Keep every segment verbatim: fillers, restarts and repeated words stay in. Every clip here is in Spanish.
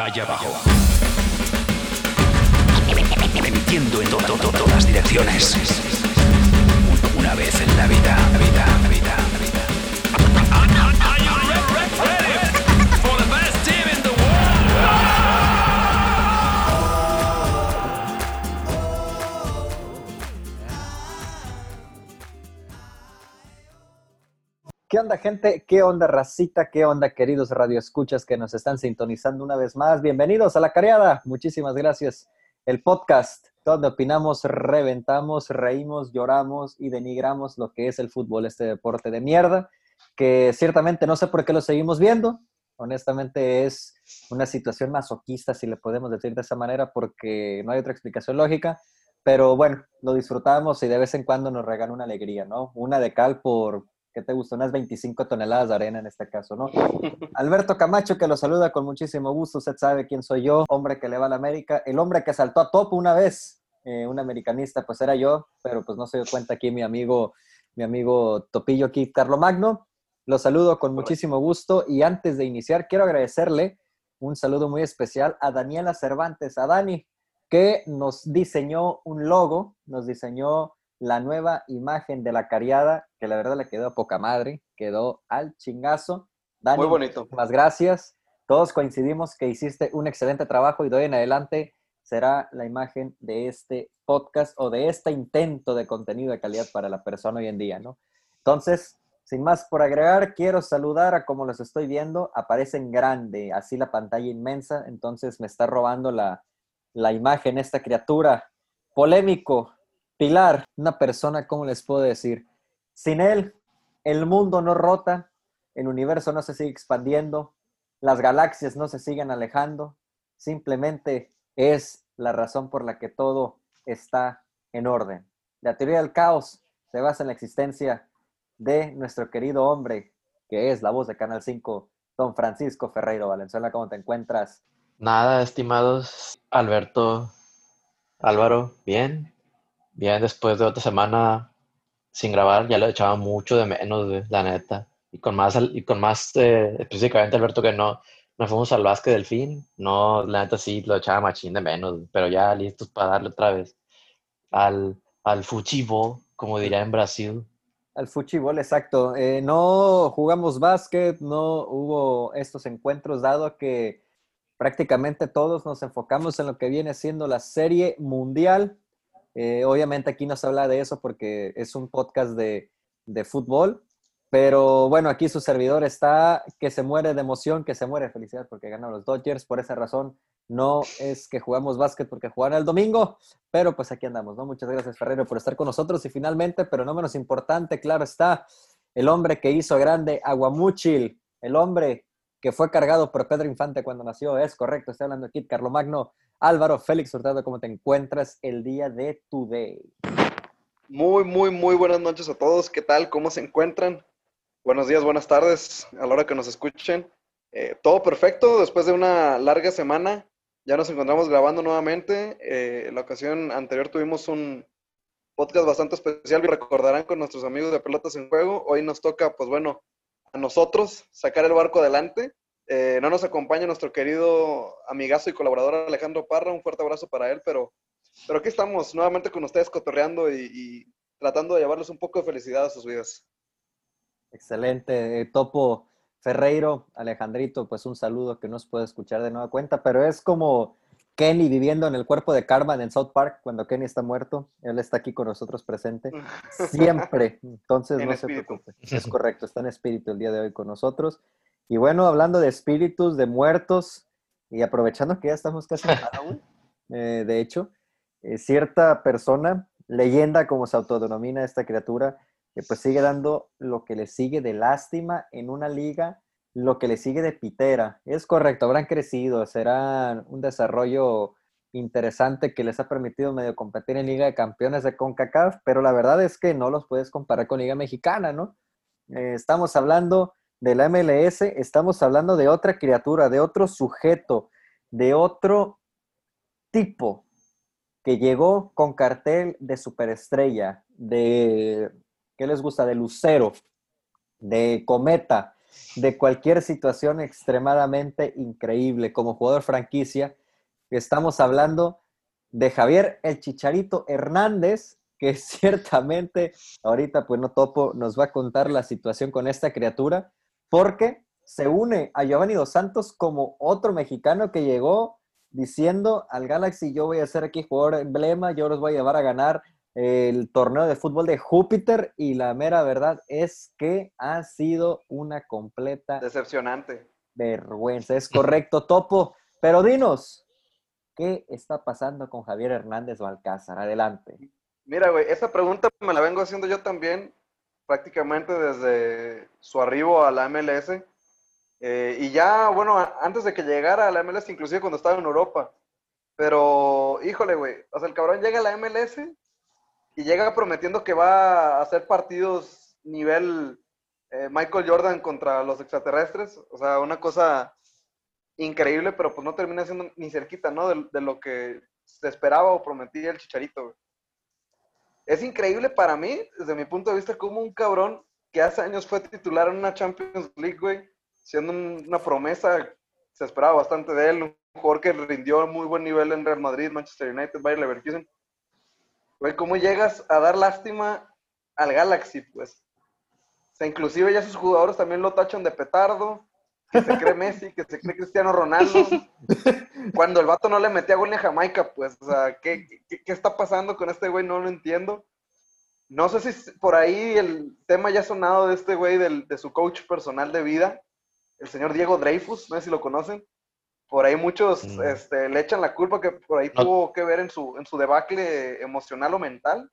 allá abajo. Emitiendo en to- to- to- todas direcciones. Una vez en la vida, la vida, la vida, la vida. Are you ready for the best team in the world? ¿Qué onda, gente? ¿Qué onda, racita? ¿Qué onda, queridos radioescuchas que nos están sintonizando una vez más? Bienvenidos a La Careada. Muchísimas gracias. El podcast donde opinamos, reventamos, reímos, lloramos y denigramos lo que es el fútbol, este deporte de mierda, que ciertamente no sé por qué lo seguimos viendo. Honestamente es una situación masoquista, si le podemos decir de esa manera, porque no hay otra explicación lógica. Pero bueno, lo disfrutamos y de vez en cuando nos regala una alegría, ¿no? Una de cal por... ¿Qué te gustó? Unas veinticinco toneladas de arena en este caso, ¿no? Alberto Camacho, que lo saluda con muchísimo gusto. Usted sabe quién soy yo, hombre que le va a la América. El hombre que saltó a topo una vez, eh, un americanista, pues era yo, pero pues no se dio cuenta aquí mi amigo, mi amigo Topillo aquí, Carlomagno. Lo saludo con muchísimo gusto y antes de iniciar quiero agradecerle un saludo muy especial a Daniela Cervantes, a Dani, que nos diseñó un logo, nos diseñó la nueva imagen de La Careada, que la verdad le quedó a poca madre, quedó al chingazo. Dani, muy bonito. Muchísimas gracias. Todos coincidimos que hiciste un excelente trabajo y de hoy en adelante será la imagen de este podcast o de este intento de contenido de calidad para la persona hoy en día, ¿no? Entonces, sin más por agregar, quiero saludar a como los estoy viendo, aparece en grande, así la pantalla inmensa, entonces me está robando la, la imagen esta criatura. Polémico, Pilar, una persona, ¿cómo les puedo decir? Sin él, el mundo no rota, el universo no se sigue expandiendo, las galaxias no se siguen alejando, simplemente es la razón por la que todo está en orden. La teoría del caos se basa en la existencia de nuestro querido hombre, que es la voz de Canal cinco, don Francisco Ferreiro Valenzuela. ¿Cómo te encuentras? Nada, estimados Alberto, Álvaro, bien, bien, después de otra semana sin grabar, ya lo echaba mucho de menos, güey, la neta, y con más, al- y con más eh, específicamente, Alberto, que no, nos fuimos al Básquet del Fin, no, la neta sí, lo echaba machín de menos, güey, pero ya listos para darle otra vez al, al fuchibo, como diría en Brasil. Al fútbol, exacto. Eh, no jugamos básquet, no hubo estos encuentros, dado que prácticamente todos nos enfocamos en lo que viene siendo la Serie Mundial. Eh, obviamente aquí no se habla de eso porque es un podcast de, de fútbol, pero bueno, aquí su servidor está que se muere de emoción, que se muere de felicidad porque ganan los Dodgers. Por esa razón no es que jugamos básquet porque juegan el domingo, pero pues aquí andamos, ¿no? Muchas gracias, Ferrero, por estar con nosotros y finalmente, pero no menos importante, claro está, el hombre que hizo grande Aguamúchil, el hombre que fue cargado por Pedro Infante cuando nació, es correcto, estoy hablando aquí, Carlomagno. Álvaro Félix Hurtado, ¿cómo te encuentras el día de today? Muy, muy, muy buenas noches a todos. ¿Qué tal? ¿Cómo se encuentran? Buenos días, buenas tardes, a la hora que nos escuchen. Eh, todo perfecto, después de una larga semana, ya nos encontramos grabando nuevamente. Eh, la ocasión anterior tuvimos un podcast bastante especial, y recordarán con nuestros amigos de Pelotas en Juego. Hoy nos toca, pues bueno, a nosotros sacar el barco adelante. Eh, no nos acompaña nuestro querido amigazo y colaborador Alejandro Parra, un fuerte abrazo para él, pero, pero aquí estamos nuevamente con ustedes cotorreando y, y tratando de llevarles un poco de felicidad a sus vidas. Excelente, eh, Topo Ferreiro, Alejandrito, pues un saludo que no se puede escuchar de nueva cuenta, pero es como Kenny viviendo en el cuerpo de Cartman en South Park cuando Kenny está muerto, él está aquí con nosotros presente, siempre, entonces En no se espíritu. preocupe, es correcto, está en espíritu el día de hoy con nosotros. Y bueno, hablando de espíritus, de muertos, y aprovechando que ya estamos casi en Halloween, eh, de hecho, eh, cierta persona, leyenda como se autodenomina esta criatura, que pues sigue dando lo que le sigue de lástima en una liga, lo que le sigue de pitera. Es correcto, habrán crecido, será un desarrollo interesante que les ha permitido medio competir en Liga de Campeones de CONCACAF, pero la verdad es que no los puedes comparar con Liga Mexicana, ¿no? Eh, estamos hablando de la M L S, estamos hablando de otra criatura, de otro sujeto, de otro tipo que llegó con cartel de superestrella, de, ¿qué les gusta? De lucero, de cometa, de cualquier situación extremadamente increíble. Como jugador franquicia, estamos hablando de Javier el Chicharito Hernández, que ciertamente ahorita, pues no Topo nos va a contar la situación con esta criatura, porque se une a Giovanni Dos Santos como otro mexicano que llegó diciendo al Galaxy: yo voy a ser aquí jugador emblema, yo los voy a llevar a ganar el torneo de fútbol de Júpiter, y la mera verdad es que ha sido una completa decepcionante vergüenza. Es correcto, Topo, pero dinos, ¿qué está pasando con Javier Hernández Balcázar? Adelante. Mira, güey, esa pregunta me la vengo haciendo yo también prácticamente desde su arribo a la M L S. Eh, y ya, bueno, antes de que llegara a la M L S, inclusive cuando estaba en Europa. Pero, híjole, güey, o sea, el cabrón llega a la M L S y llega prometiendo que va a hacer partidos nivel eh, Michael Jordan contra los extraterrestres. O sea, una cosa increíble, pero pues no termina siendo ni cerquita, ¿no? De, de lo que se esperaba o prometía el Chicharito, güey. Es increíble para mí, desde mi punto de vista, como un cabrón que hace años fue titular en una Champions League, güey, siendo un, una promesa, se esperaba bastante de él, un jugador que rindió a muy buen nivel en Real Madrid, Manchester United, Bayer Leverkusen. Güey, ¿cómo llegas a dar lástima al Galaxy, pues? O sea, inclusive ya sus jugadores también lo tachan de petardo, que se cree Messi, que se cree Cristiano Ronaldo, cuando el vato no le metía gol ni a Jamaica, pues, o sea, ¿qué, qué, qué está pasando con este güey? No lo entiendo. No sé si por ahí el tema ya ha sonado de este güey, del, de su coach personal de vida, el señor Diego Dreyfus, no sé si lo conocen. Por ahí muchos mm. este, le echan la culpa que por ahí no. tuvo que ver en su, en su debacle emocional o mental,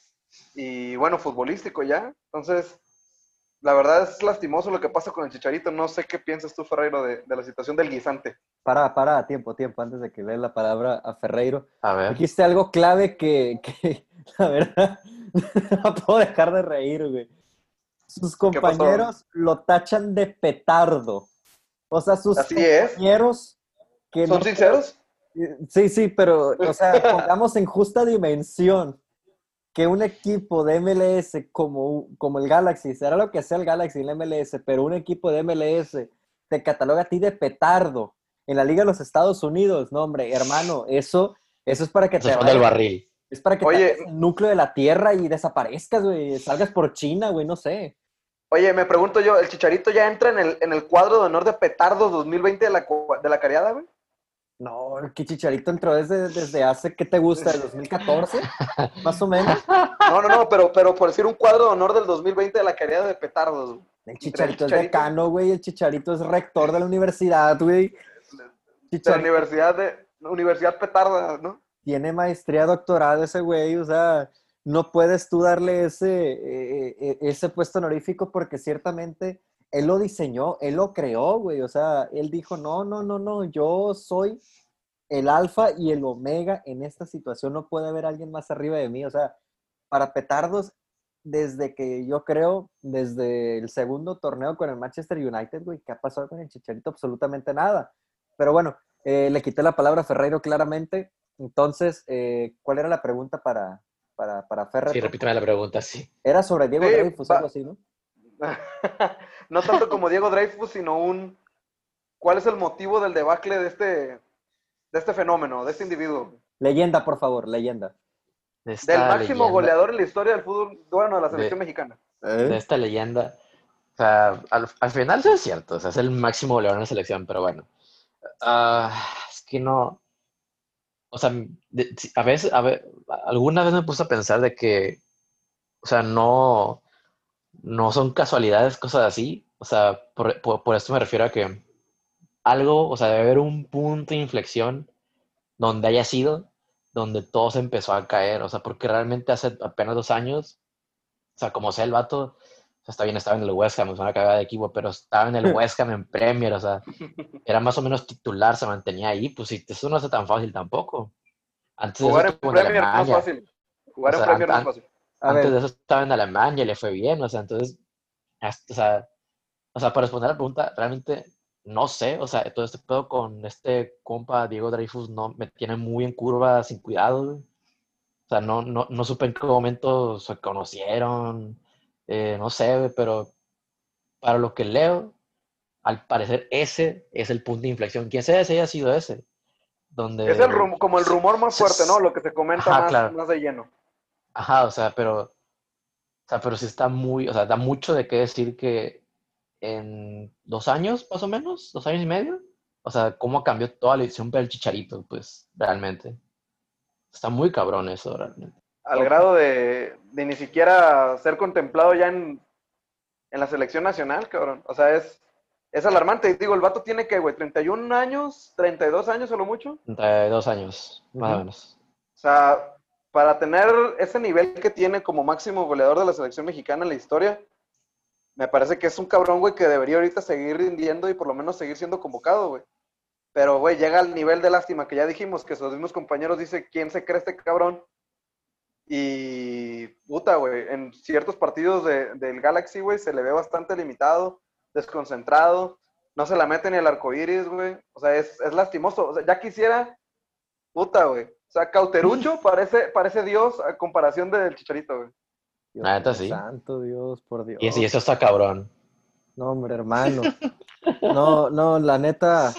y bueno, futbolístico ya. Entonces, la verdad es lastimoso lo que pasa con el Chicharito. No sé qué piensas tú, Ferreiro, de, de la situación del guisante. Para, para, tiempo, tiempo, antes de que le dé la palabra a Ferreiro. A ver. Dijiste algo clave que, que la verdad, no puedo dejar de reír, güey. Sus compañeros lo tachan de petardo. O sea, sus Así compañeros... Es. Que ¿Son no, sinceros? Sí, sí, pero, o sea, pongamos en justa dimensión que un equipo de M L S como, como el Galaxy, será lo que sea el Galaxy en la M L S, pero un equipo de M L S te cataloga a ti de petardo en la Liga de los Estados Unidos. No, hombre, hermano, eso, eso es para que eso te vayas, el barril. Es para que Oye, te el núcleo de la Tierra y desaparezcas, güey, salgas por China, güey, no sé. Oye, me pregunto yo, ¿el Chicharito ya entra en el, en el cuadro de honor de petardo dos mil veinte de la, de la Cariada, güey? No, que Chicharito entró desde, desde hace, ¿qué te gusta? ¿De dos mil catorce? Más o menos. No, no, no, pero, pero por decir un cuadro de honor del dos mil veinte de la Cariada de petardos. El Chicharito, el Chicharito es decano, güey. El Chicharito es rector de la universidad, güey. De la universidad, de, universidad petarda, ¿no? Tiene maestría, doctorado ese güey, o sea, no puedes tú darle ese, eh, ese puesto honorífico porque ciertamente él lo diseñó, él lo creó, güey. O sea, él dijo, no, no, no, no, yo soy el alfa y el omega en esta situación, no puede haber alguien más arriba de mí. O sea, para petardos, desde que yo creo, desde el segundo torneo con el Manchester United, güey, ¿qué ha pasado con el Chicharito? Absolutamente nada. Pero bueno, eh, le quité la palabra a Ferreiro claramente. Entonces, eh, ¿cuál era la pregunta para, para, para Ferreiro? Sí, repíteme la pregunta, sí. Era sobre Diego sí, Dreyfus, algo así, ¿no? No tanto como Diego Dreyfus, sino un... ¿Cuál es el motivo del debacle de este, de este fenómeno, de este individuo? Leyenda, por favor, leyenda. De del máximo leyenda, goleador en la historia del fútbol, bueno, de la selección de, mexicana. ¿Eh? De esta leyenda. O sea, al, al final sí es cierto, o sea, es el máximo goleador en la selección, pero bueno. Uh, es que no... O sea, de, a veces, a ver, alguna vez me puse a pensar de que, o sea, no, no son casualidades, cosas así. O sea, por, por, por esto me refiero a que algo, o sea, debe haber un punto de inflexión donde haya sido, donde todo se empezó a caer. O sea, porque realmente hace apenas dos años, o sea, como sea el vato, o sea, está bien, estaba en el West Ham, es una cagada de equipo, pero estaba en el West Ham en Premier, o sea, era más o menos titular, se mantenía ahí, pues sí, eso no es tan fácil tampoco. Antes Jugar de eso en Premier no es fácil. Jugar o sea, en Premier an, no es fácil. Antes de eso estaba en Alemania y le fue bien, o sea, entonces, hasta, o sea, o sea, para responder a la pregunta, realmente no sé, o sea, todo este pedo con este compa Diego Dreyfus no me tiene muy en curva, sin cuidado, güey. O sea, no, no, no supe en qué momento se conocieron, eh, no sé, pero para lo que leo, al parecer ese es el punto de inflexión. Quién sabe si haya sido ese. Donde... Es el rum- como el rumor más fuerte, ¿no? Lo que se comenta Ajá, más, claro. más de lleno. Ajá, o sea, pero, o sea, pero sí está muy, o sea, da mucho de qué decir que en dos años, más o menos, dos años y medio, o sea, cómo cambió toda la edición del Chicharito, pues, realmente. Está muy cabrón eso, realmente. Al grado de, de ni siquiera ser contemplado ya en, en la selección nacional, cabrón. O sea, es, es alarmante. Y digo, el vato tiene que, güey, treinta y un años, treinta y dos años a lo mucho. De dos años, más Ujú. o menos. O sea, para tener ese nivel que tiene como máximo goleador de la selección mexicana en la historia, me parece que es un cabrón, güey, que debería ahorita seguir rindiendo y por lo menos seguir siendo convocado, güey. Pero, güey, llega al nivel de lástima que ya dijimos, que sus mismos compañeros dicen, ¿quién se cree este cabrón? Y, puta, güey, en ciertos partidos de, del Galaxy, güey, se le ve bastante limitado, desconcentrado, no se la mete ni el arco iris, güey. O sea, es, es lastimoso. O sea, ya quisiera, puta, güey. O sea, Cauterucho parece, parece Dios a comparación del Chicharito, güey. Dios La neta, mío sí. santo, Dios, por Dios. Y, y eso está cabrón. No, hombre, hermano. No, no, la neta,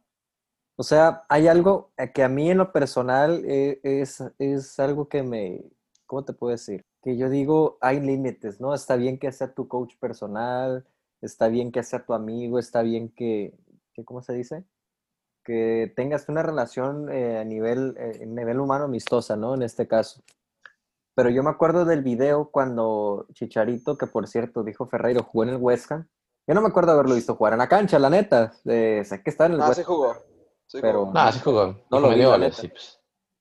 o sea, hay algo eh, que a mí en lo personal eh, es, es algo que me, ¿cómo te puedo decir? Que yo digo, hay límites, ¿no? Está bien que sea tu coach personal, está bien que sea tu amigo, está bien que, que ¿cómo se dice? Que tengas una relación eh, a nivel, eh, a nivel humano amistosa, ¿no? En este caso. Pero yo me acuerdo del video cuando Chicharito, que por cierto dijo Ferreiro, jugó en el West Ham. Yo no me acuerdo haberlo visto jugar en la cancha, la neta. Eh, sé que estaba en el Ah, West sí Ham, jugó. Sí pero jugó. Nada, no, sí jugó. no Hijo lo vi, medio la goles, neta. sí, pues.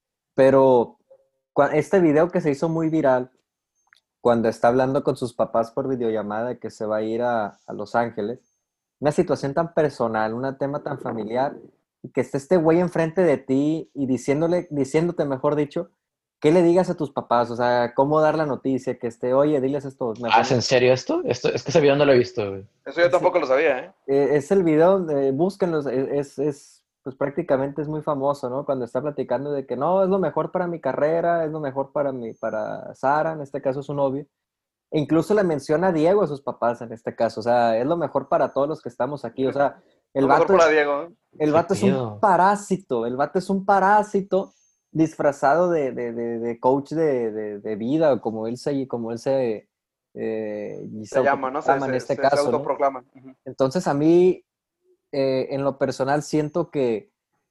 Pero cua- este video que se hizo muy viral, cuando está hablando con sus papás por videollamada de que se va a ir a, a Los Ángeles, una situación tan personal, un tema tan familiar, y que esté este güey enfrente de ti y diciéndole, diciéndote, mejor dicho, qué le digas a tus papás, o sea, cómo dar la noticia, que esté, oye, diles esto, Ah, mejor ¿es no. en serio esto? Esto es que ese video no lo he visto, güey. Eso yo tampoco lo sabía, ¿eh? Eh, es el video, eh, búsquenlo, es, es, es, pues prácticamente es muy famoso, ¿no? Cuando está platicando de que no, es lo mejor para mi carrera, es lo mejor para mi, para Sara, en este caso su novio. E incluso le menciona a Diego a sus papás en este caso, o sea, es lo mejor para todos los que estamos aquí, o sea, el Lo mejor vato para es, Diego, ¿eh? el ¿Qué vato es un pedo? parásito, el vato es un parásito disfrazado de, de, de, de coach de, de, de vida, como él se, como él se, eh, y se Se llama, ¿no? Se, autoproclama en se, este se, se caso, ¿no? autoproclama. Ujú. Entonces a mí, eh, en lo personal, siento que,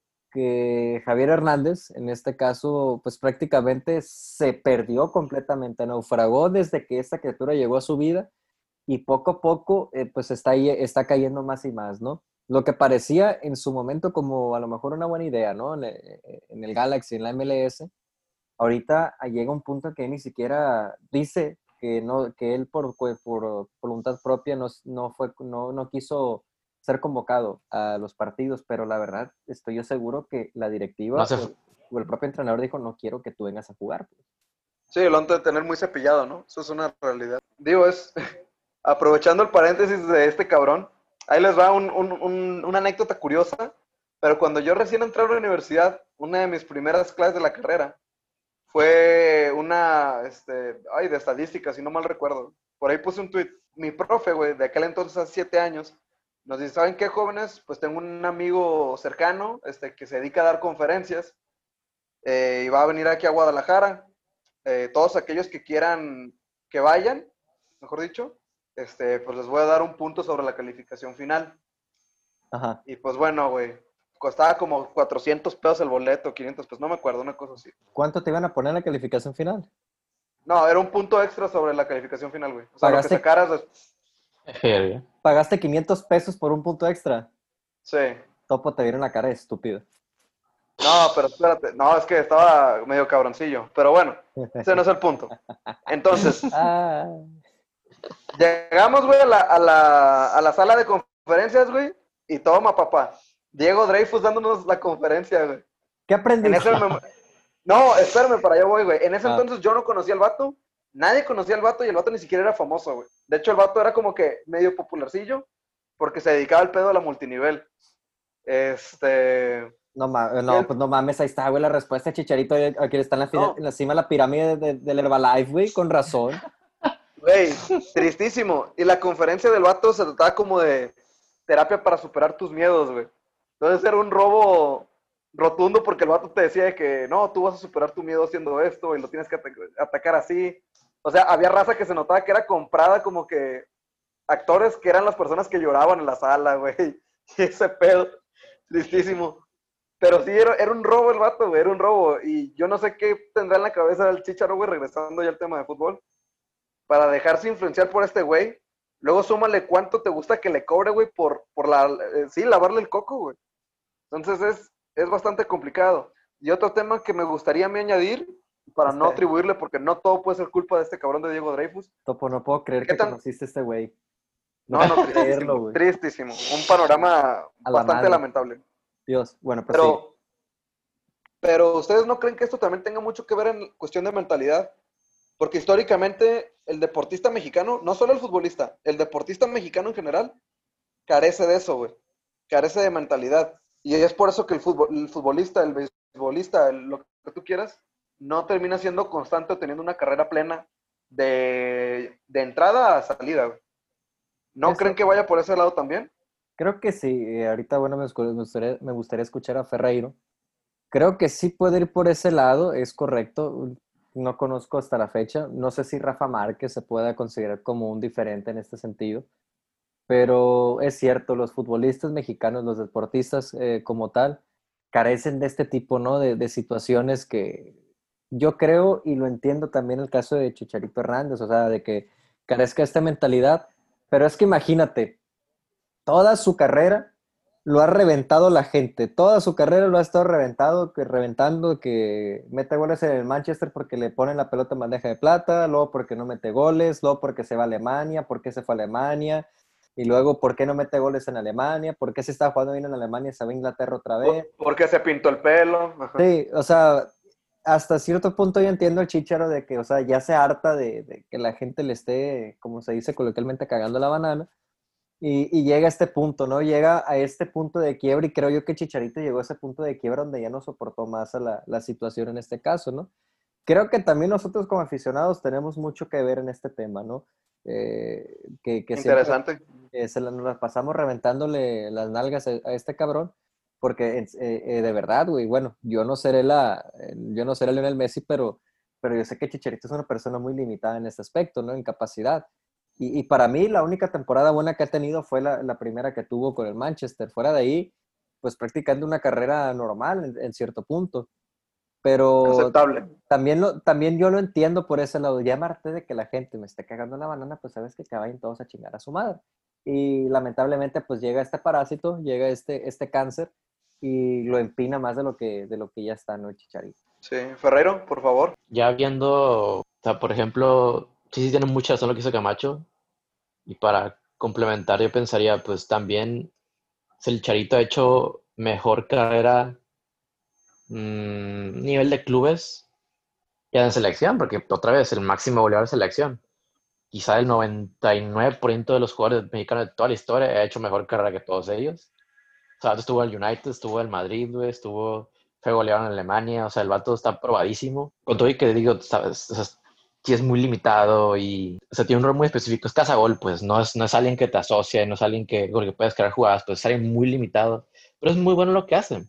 que Javier Hernández, en este caso, pues prácticamente se perdió completamente, naufragó desde que esta criatura llegó a su vida y poco a poco, eh, pues está, ahí, está cayendo más y más, ¿no? Lo que parecía en su momento como a lo mejor una buena idea, ¿no? En el, en el Galaxy, en la M L S, ahorita llega un punto que ni siquiera dice que, no, que él por, por voluntad propia no, no, fue, no, no quiso ser convocado a los partidos, pero la verdad estoy yo seguro que la No directiva sé. o el, o el propio entrenador dijo, no quiero que tú vengas a jugar. Pues. Sí, lo han de tener muy cepillado, ¿no? Eso es una realidad. Digo, es, aprovechando el paréntesis de este cabrón, ahí les va un, un, un, una anécdota curiosa, pero cuando yo recién entré a la universidad, una de mis primeras clases de la carrera fue una, este, ay, de estadística, si no mal recuerdo. Por ahí puse un tweet. Mi profe, güey, de aquel entonces, hace siete años, nos dice, ¿saben qué, jóvenes? Pues tengo un amigo cercano, este, que se dedica a dar conferencias, eh, y va a venir aquí a Guadalajara. Eh, todos aquellos que quieran que vayan, mejor dicho, este, pues les voy a dar un punto sobre la calificación final. Ajá. Y pues bueno, güey, costaba como cuatrocientos pesos el boleto, quinientos pesos, no me acuerdo, una cosa así. ¿Cuánto te iban a poner en la calificación final? No, era un punto extra sobre la calificación final, güey. O sea, lo que ¿Pagaste, sacaras de... Verga. ¿Pagaste quinientos pesos por un punto extra? Sí. Topo, te vieron la cara de estúpido. No, pero espérate. No, es que estaba medio cabroncillo. Pero bueno, ese no es el punto. Entonces, Ah, llegamos, güey, a la, a, la, a la sala de conferencias, güey, y toma, papá. Diego Dreyfus dándonos la conferencia, güey. ¿qué En aprendiste? ese mom- No, espérame, para allá voy, güey. En ese Ah. entonces yo no conocía al vato, nadie conocía al vato y el vato ni siquiera era famoso, güey. De hecho, el vato era como que medio popularcillo porque se dedicaba al pedo a la multinivel. Este... No, ma- no, el- pues no mames, ahí está, güey, la respuesta de Chicharito, eh, aquí está en la, fina- No. en la cima de la pirámide de- de- del Herbalife, güey, con razón. Güey, tristísimo. Y la conferencia del vato se trataba como de, terapia para superar tus miedos, güey. Entonces era un robo rotundo porque el vato te decía de que no, tú vas a superar tu miedo haciendo esto y lo tienes que ata- atacar así. O sea, había raza que se notaba que era comprada como que actores que eran las personas que lloraban en la sala, güey. Y ese pedo, tristísimo. Pero sí, era, era un robo el vato, güey, era un robo. Y yo no sé qué tendrá en la cabeza el Chicharo, güey, regresando ya al tema de fútbol, para dejarse influenciar por este güey. Luego súmale cuánto te gusta que le cobre, güey, por, por la, eh, sí, lavarle el coco, güey. Entonces es, es bastante complicado. Y otro tema que me gustaría a mí añadir, para no Este, atribuirle, porque no todo puede ser culpa de este cabrón de Diego Dreyfus. Topo, no puedo creer ¿Qué que tan? conociste a este güey. No No, puedo no, creerlo, tristísimo, güey. tristísimo. Un panorama A la bastante madre. lamentable. Dios, bueno, pues sí. Pero, pero ¿ustedes no creen que esto también tenga mucho que ver en cuestión de mentalidad? Porque históricamente el deportista mexicano, no solo el futbolista, el deportista mexicano en general, carece de eso, güey. Carece de mentalidad. Y es por eso que el, fútbol, el futbolista, el beisbolista, el- lo que tú quieras, no termina siendo constante o teniendo una carrera plena de, de entrada a salida, güey. ¿No Eso, creen que vaya por ese lado también? creo que sí. Eh, ahorita, bueno, me, escu- me gustaría, me gustaría escuchar a Ferreiro. Creo que sí puede ir por ese lado, es correcto. No conozco hasta la fecha. No sé si Rafa Márquez se pueda considerar como un diferente en este sentido, pero es cierto, los futbolistas mexicanos, los deportistas eh, como tal, carecen de este tipo, ¿no? De, de situaciones que yo creo y lo entiendo también el caso de Chicharito Hernández, o sea, de que carezca de esta mentalidad, pero es que imagínate, toda su carrera lo ha reventado la gente, toda su carrera lo ha estado reventado, que reventando, que mete goles en el Manchester porque le ponen la pelota en bandeja de plata, luego porque no mete goles, luego porque se va a Alemania, porque se fue a Alemania, y luego por qué no mete goles en Alemania, por qué se está jugando bien en Alemania y se va a Inglaterra otra vez. Por- Porque se pintó el pelo. Ajá. Sí, o sea, hasta cierto punto yo entiendo el Chicharo de que, o sea, ya se harta de, de que la gente le esté, como se dice coloquialmente, cagando la banana. Y, y llega a este punto, ¿no? Llega a este punto de quiebra y creo yo que Chicharito llegó a ese punto de quiebra donde ya no soportó más a la, la situación en este caso, ¿no? Creo que también nosotros como aficionados tenemos mucho que ver en este tema, ¿no? Eh, que, que siempre Interesante. eh, se la, nos las pasamos reventándole las nalgas a, a este cabrón, porque eh, eh, de verdad, güey, bueno, yo no seré la, eh, yo no seré Lionel Messi, pero, pero yo sé que Chicharito es una persona muy limitada en este aspecto, ¿no? En capacidad. Y, y para mí la única temporada buena que ha tenido fue la, la primera que tuvo con el Manchester. Fuera de ahí, pues practicando una carrera normal en, en cierto punto. Pero Aceptable. también, lo, también yo lo entiendo por ese lado. Ya me harté de que la gente me esté cagando la banana, pues sabes que vayan todos a chingar a su madre. Y lamentablemente pues llega este parásito, llega este, este cáncer y lo empina más de lo que, de lo que ya está, ¿no, Chicharito? Sí. Ferreiro, por favor. Ya viendo, o sea, por ejemplo, sí, sí tiene mucha razón lo que hizo Camacho. Y para complementar, yo pensaría, pues también si el Charito ha hecho mejor carrera, mmm, nivel de clubes ya en selección, porque otra vez el máximo goleador de selección. Quizá el noventa y nueve por ciento de los jugadores mexicanos de toda la historia ha hecho mejor carrera que todos ellos. O sea, estuvo el United, estuvo el Madrid, güey, estuvo, fue goleador en Alemania, o sea, el vato está probadísimo. Con todo y que digo, sabes, o sea, sí es muy limitado y, o sea, tiene un rol muy específico, es cazagol, pues, no es, no es alguien que te asocia, no es alguien que, con el que puedes crear jugadas, pues es alguien muy limitado, pero es muy bueno lo que hace.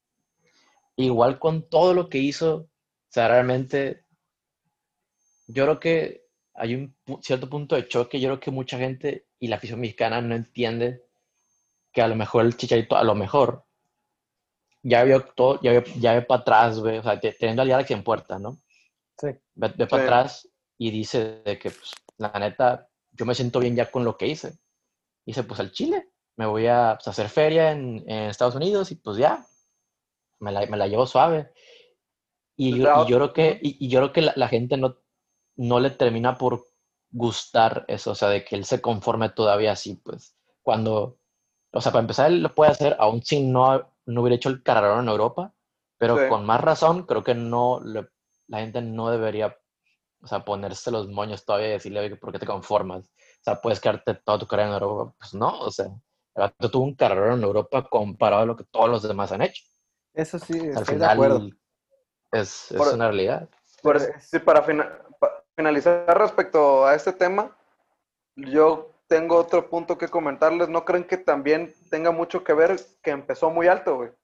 Igual con todo lo que hizo, o sea, realmente, yo creo que hay un pu- cierto punto de choque, yo creo que mucha gente y la afición mexicana no entiende que a lo mejor el Chicharito, a lo mejor, ya vio todo, ya ve, ya ve para atrás, güey, o sea, te- teniendo al Galaxy en puerta, ¿no? Sí, Ve, ve Sí. para atrás y dice de que, pues, la neta, yo me siento bien ya con lo que hice. Dice, pues al Chile, me voy a pues, hacer feria en, en Estados Unidos y pues ya, me la, me la llevo suave. Y, yo- La y yo ot- creo que, Ujú. y, y yo creo que la, la gente no, no le termina por gustar eso, o sea, de que él se conforme todavía así, pues, cuando, o sea, para empezar, él lo puede hacer aún si no, no hubiera hecho el carrerón en Europa, Sí. pero con más razón, creo que no, le- la gente no debería, o sea, ponerse los moños todavía y decirle, oye, ¿por qué te conformas? O sea, puedes quedarte toda tu carrera en Europa. Pues no, o sea, el vato tuvo un carrerón en Europa comparado a lo que todos los demás han hecho. eso sí, O sea, al estoy de acuerdo. final es, es Por, una realidad. por Pero es- es, sí, para fina- pa- finalizar respecto a este tema, yo tengo otro punto que comentarles. ¿No creen que también tenga mucho que ver que empezó muy alto, güey?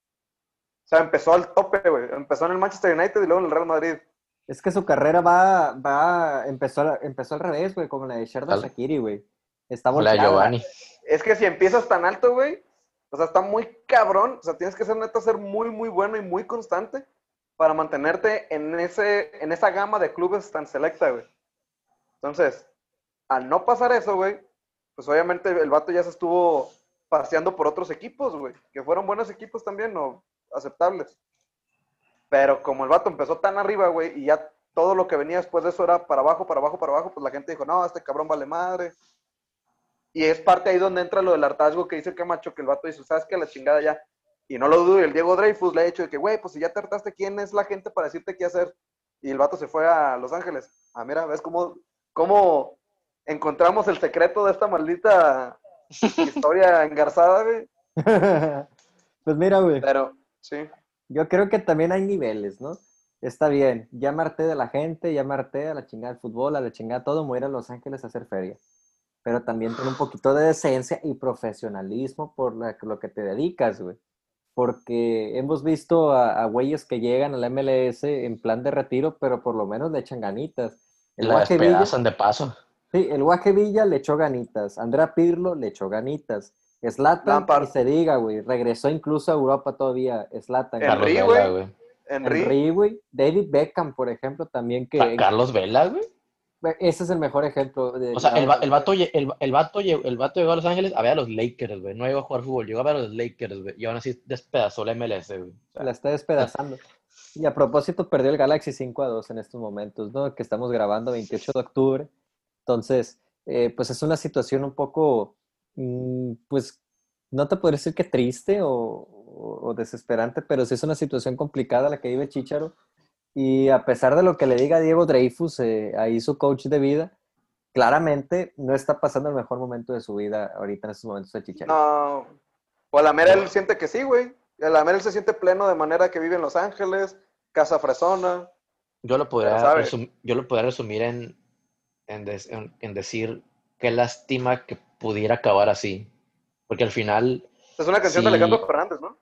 O sea, empezó al tope, güey. Empezó en el Manchester United y luego en el Real Madrid. Es que su carrera va, va, empezó, empezó al revés, güey, como la de Xherdan Dale. Shaqiri, güey. Está Hola, volteada. Giovanni. Es que si empiezas tan alto, güey, o sea, está muy cabrón. O sea, tienes que ser neta, ser muy, muy bueno y muy constante para mantenerte en, ese, en esa gama de clubes tan selecta, güey. Entonces, al no pasar eso, güey, pues obviamente el vato ya se estuvo paseando por otros equipos, güey, que fueron buenos equipos también, o aceptables. Pero como el vato empezó tan arriba, güey, y ya todo lo que venía después de eso era para abajo, para abajo, para abajo, pues la gente dijo, no, este cabrón vale madre. Y es parte ahí donde entra lo del hartazgo que dice Camacho, que el vato dice, ¿sabes qué? La chingada ya. Y no lo dudo, y el Diego Dreyfus le ha dicho de que, güey, pues si ya te hartaste, ¿quién es la gente para decirte qué hacer? Y el vato se fue a Los Ángeles. Ah, mira, ¿ves cómo, cómo encontramos el secreto de esta maldita historia engarzada, güey? Pues mira, güey, Pero, sí. yo creo que también hay niveles, ¿no? Está bien, ya me harté de la gente, ya me harté a la chingada del fútbol, a la chingada todo, me voy a ir a Los Ángeles a hacer feria. Pero también ten un poquito de decencia y profesionalismo por la- lo que te dedicas, güey. Porque hemos visto a, a güeyes que llegan al M L S en plan de retiro, pero por lo menos le echan ganitas. Y El la Guaje Villa, despedazan de paso. sí, el Guaje Villa le echó ganitas. Andrea Pirlo le echó ganitas. Zlatan, Lampard. ni se diga, güey. Regresó incluso a Europa todavía. Zlatan. El- Carlos Henry, Vela, güey. güey. Henry, Henry, güey. David Beckham, por ejemplo, también Ca- que... Carlos Vela, güey. Ese es el mejor ejemplo. De, O sea, el, la- va- el, vato, lle- el, el, vato, lle- el vato llegó a Los Ángeles a ver a los Lakers, güey. No llegó a jugar fútbol, llegó a ver a los Lakers, güey. Y aún así despedazó la M L S, güey. O sea, la está despedazando. Y a propósito, perdió el Galaxy cinco a dos en estos momentos, ¿no? Que estamos grabando veintiocho de octubre. Entonces, eh, pues es una situación un poco, mm, pues, no te podría decir que triste o, o- o desesperante, pero sí es una situación complicada la que vive Chícharo. Y a pesar de lo que le diga Diego Dreyfus, eh, ahí su coach de vida, claramente no está pasando el mejor momento de su vida ahorita en estos momentos de Chícharo. no. O la mera él siente que sí, güey. La mera él se siente pleno de manera que vive en Los Ángeles, casa fresona. yo, lo Pero podría sabe. resum- yo lo podría resumir en, en, des- en- en decir qué lástima que pudiera acabar así. Porque al final, Es una canción de Sí. Alejandro Fernández, ¿no?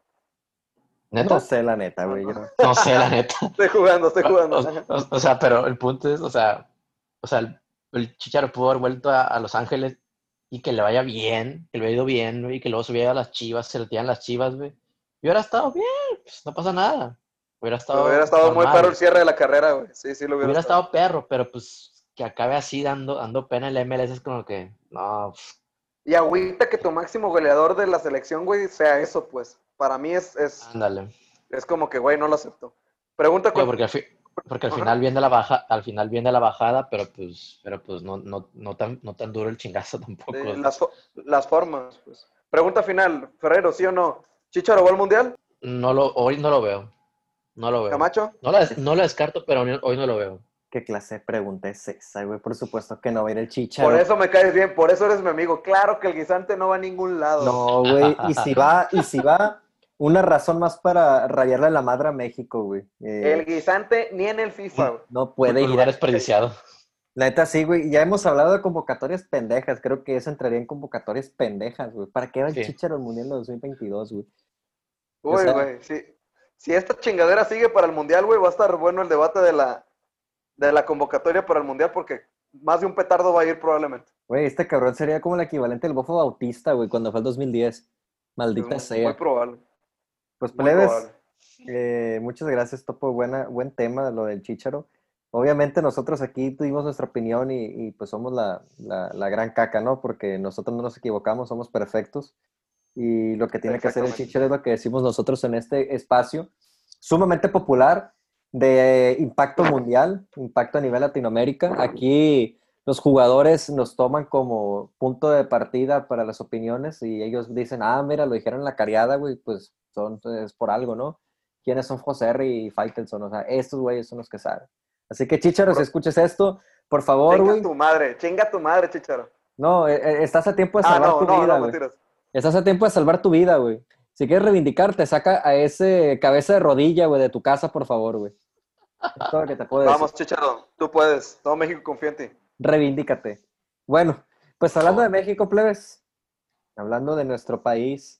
neta, No sé, la neta, güey. yo- no sé, la neta. Estoy jugando, estoy jugando. O, o- o sea, pero el punto es, o sea, o sea, el, el Chicharo pudo haber vuelto a, a Los Ángeles y que le vaya bien, que le haya ido bien, güey, y que luego se hubiera a las Chivas, se retiran las Chivas, güey. Y hubiera estado bien, pues no pasa nada. Hubiera estado Hubiera estado muy normal. perro el cierre de la carrera, güey. Sí, sí, lo hubiera, Hubiera estado. estado perro, pero pues que acabe así dando, dando pena en el M L S es como que, no, pues, Y agüita que tu máximo goleador de la selección, güey, sea eso, pues. Para mí es, es, ándale. es como que, güey, no lo acepto. Pregunta Digo, cuál. porque al, fi- porque al Ajá. final viene la baja, al final viene la bajada, pero pues, pero pues no, no, no tan, no tan duro el chingazo tampoco. de las, fo- las formas, pues. Pregunta final, Ferrero, ¿sí o no? ¿Chicharo va al mundial? No lo, hoy no lo veo. No lo veo. ¿Camacho? No lo, des- no lo descarto, pero hoy- hoy no lo veo. ¿Qué clase de pregunta es esa, güey? Por supuesto que no va a ir el Chícharo. Por eso me caes bien, por eso eres mi amigo. Claro que el guisante no va a ningún lado. No, güey. Y si va, y si va, una razón más para rayarle la madre a México, güey. Eh, El guisante ni en el FIFA, güey. no puede Un ir. lugar desperdiciado. La neta, sí, güey. Ya hemos hablado de convocatorias pendejas. Creo que eso entraría en convocatorias pendejas, güey. ¿Para qué va el Sí. Chícharo al Mundial de dos mil veintidós, güey? Uy, O sea- güey, sí. Si esta chingadera sigue para el mundial, güey, va a estar bueno el debate de la, de la convocatoria para el mundial porque más de un petardo va a ir probablemente. Güey, este cabrón sería como el equivalente del Bofo Bautista, güey, cuando fue el dos mil diez. Maldita Es muy, sea. muy probable. Pues Muy plebes, probable. eh, muchas gracias, Topo. Buena, buen tema lo del Chícharo. Obviamente nosotros aquí tuvimos nuestra opinión y, y, pues somos la, la, la gran caca, ¿no? Porque nosotros no nos equivocamos, somos perfectos. Y lo que tiene que hacer el Exactamente. Chícharo es lo que decimos nosotros en este espacio sumamente popular de impacto mundial, impacto a nivel Latinoamérica. Aquí los jugadores nos toman como punto de partida para las opiniones y ellos dicen, ah, mira, lo dijeron en la cariada, güey, pues son, es por algo, ¿no? ¿Quiénes son José R. y Faitelson? O sea, estos güeyes son los que saben. Así que, Chícharo, si escuches esto, por favor, Chinga güey. tu madre, chinga tu madre, Chicharo. No, eh, eh, estás a tiempo de Ah, salvar no, tu no, vida, no, güey. mentiras. Estás a tiempo de salvar tu vida, güey. Si quieres reivindicarte, saca a ese cabeza de rodilla, güey, de tu casa, por favor, güey. Es todo lo que te puedo decir. Vamos, Chicharo, tú puedes. Todo México confía en ti. Reivindícate. Bueno, Pues hablando de México, plebes, hablando de nuestro país,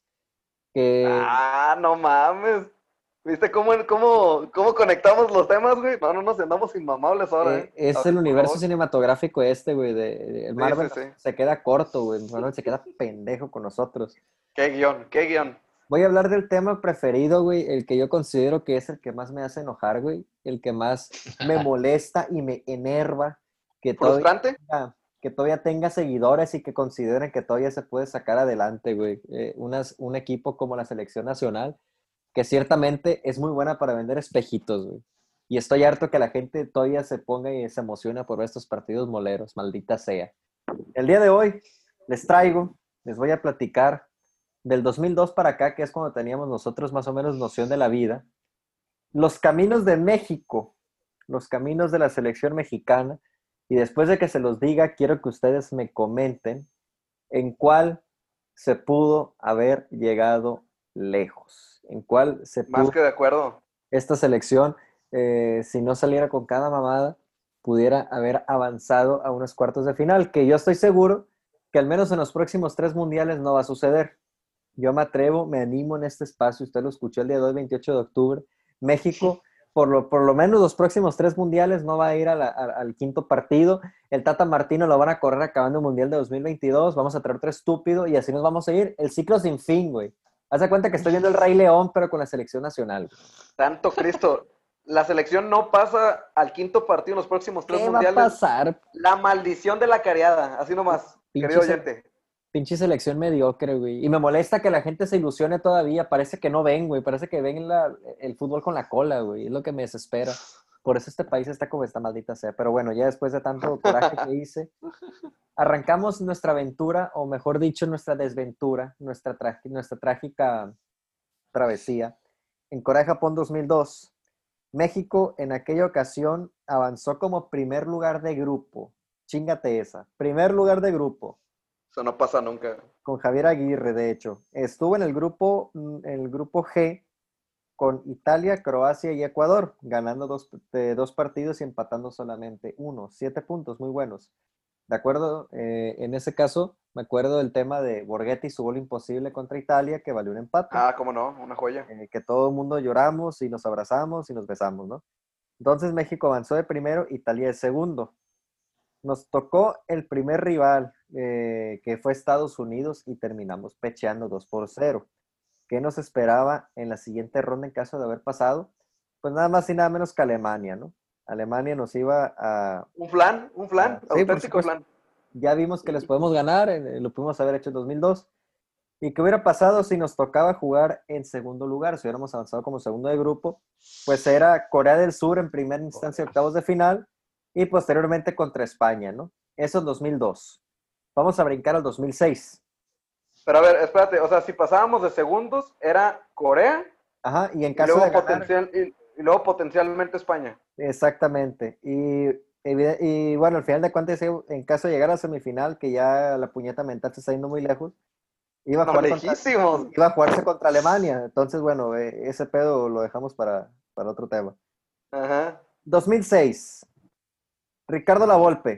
que Ah, no mames. ¿Viste cómo, cómo, cómo conectamos los temas, güey? No, no nos andamos inmamables ahora, eh, ¿eh? A es ver, el por universo favor. cinematográfico este, güey, de, de- el Sí, Marvel sí, sí. se queda corto, güey, Marvel se queda pendejo con nosotros. ¿Qué guión? ¿Qué guión? Voy a hablar del tema preferido, güey, el que yo considero que es el que más me hace enojar, güey, el que más me molesta y me enerva, que todavía ¿Frustrante? tenga, que todavía tenga seguidores y que consideren que todavía se puede sacar adelante, güey. Eh, unas- un equipo como la Selección Nacional, que ciertamente es muy buena para vender espejitos, güey. Y estoy harto que la gente todavía se ponga y se emociona por ver estos partidos moleros, maldita sea. El día de hoy les traigo, les voy a platicar del dos mil dos para acá, que es cuando teníamos nosotros más o menos noción de la vida, los caminos de México, los caminos de la selección mexicana, y después de que se los diga, quiero que ustedes me comenten en cuál se pudo haber llegado lejos, en cuál se Más pudo que de acuerdo. esta selección, eh, si no saliera con cada mamada, pudiera haber avanzado a unos cuartos de final, que yo estoy seguro que al menos en los próximos tres mundiales no va a suceder. Yo me atrevo, me animo en este espacio, usted lo escuchó el día de hoy, veintiocho de octubre, México, por lo, por lo menos los próximos tres mundiales no va a ir a la, a, al quinto partido, el Tata Martino lo van a correr acabando el Mundial de dos mil veintidós, vamos a traer otro estúpido y así nos vamos a ir, el ciclo sin fin, güey. Haz de cuenta que estoy viendo el Rey León, pero con la selección nacional. Santo Cristo. La selección no pasa al quinto partido en los próximos tres ¿Qué va a mundiales. pasar? La maldición de la cariada. Así nomás, Pinche, querido se- oyente. pinche selección mediocre, güey. Y me molesta que la gente se ilusione todavía. Parece que no ven, güey. Parece que ven la- el fútbol con la cola, güey. Es lo que me desespera. Por eso este país está como esta maldita sea. Pero bueno, ya después de tanto coraje que hice, arrancamos nuestra aventura, o mejor dicho, nuestra desventura, nuestra, tra- nuestra trágica travesía. En Corea, Japón dos mil dos, México en aquella ocasión avanzó como primer lugar de grupo. Chíngate esa. Primer lugar de grupo. Eso no pasa nunca. Con Javier Aguirre, de hecho. Estuvo en el grupo, en el grupo G con Italia, Croacia y Ecuador, ganando dos, de dos partidos y empatando solamente uno. Siete puntos, muy buenos. De acuerdo, eh, en ese caso, me acuerdo del tema de Borghetti, su gol imposible contra Italia, que valió un empate, Ah, cómo no, una joya. eh, que todo el mundo lloramos y nos abrazamos y nos besamos, ¿no? Entonces México avanzó de primero, Italia de segundo. Nos tocó el primer rival, eh, que fue Estados Unidos, y terminamos pecheando dos por cero. ¿Qué nos esperaba en la siguiente ronda en caso de haber pasado? Pues nada más y nada menos que Alemania, ¿no? Alemania nos iba a... Un flan, un flan, a- sí, por auténtico supuesto. flan. Ya vimos que les podemos ganar, eh, lo pudimos haber hecho en dos mil dos. ¿Y qué hubiera pasado si nos tocaba jugar en segundo lugar? Si hubiéramos avanzado como segundo de grupo, pues era Corea del Sur en primera instancia, octavos de final, y posteriormente contra España, ¿no? Eso en dos mil dos. Vamos a brincar al dos mil seis. Pero a ver, espérate, o sea, si pasábamos de segundos, era Corea Ajá, y en y caso luego, de ganar, potencial, y, y luego potencialmente España. exactamente. Y, evide- y bueno, al final de cuentas, en caso de llegar a la semifinal, que ya la puñeta mental se está yendo muy lejos, iba a No, jugar contra, lejísimos. iba a jugarse contra Alemania. Entonces, bueno, eh, ese pedo lo dejamos para, para otro tema. Ajá. dos mil seis, Ricardo Lavolpe,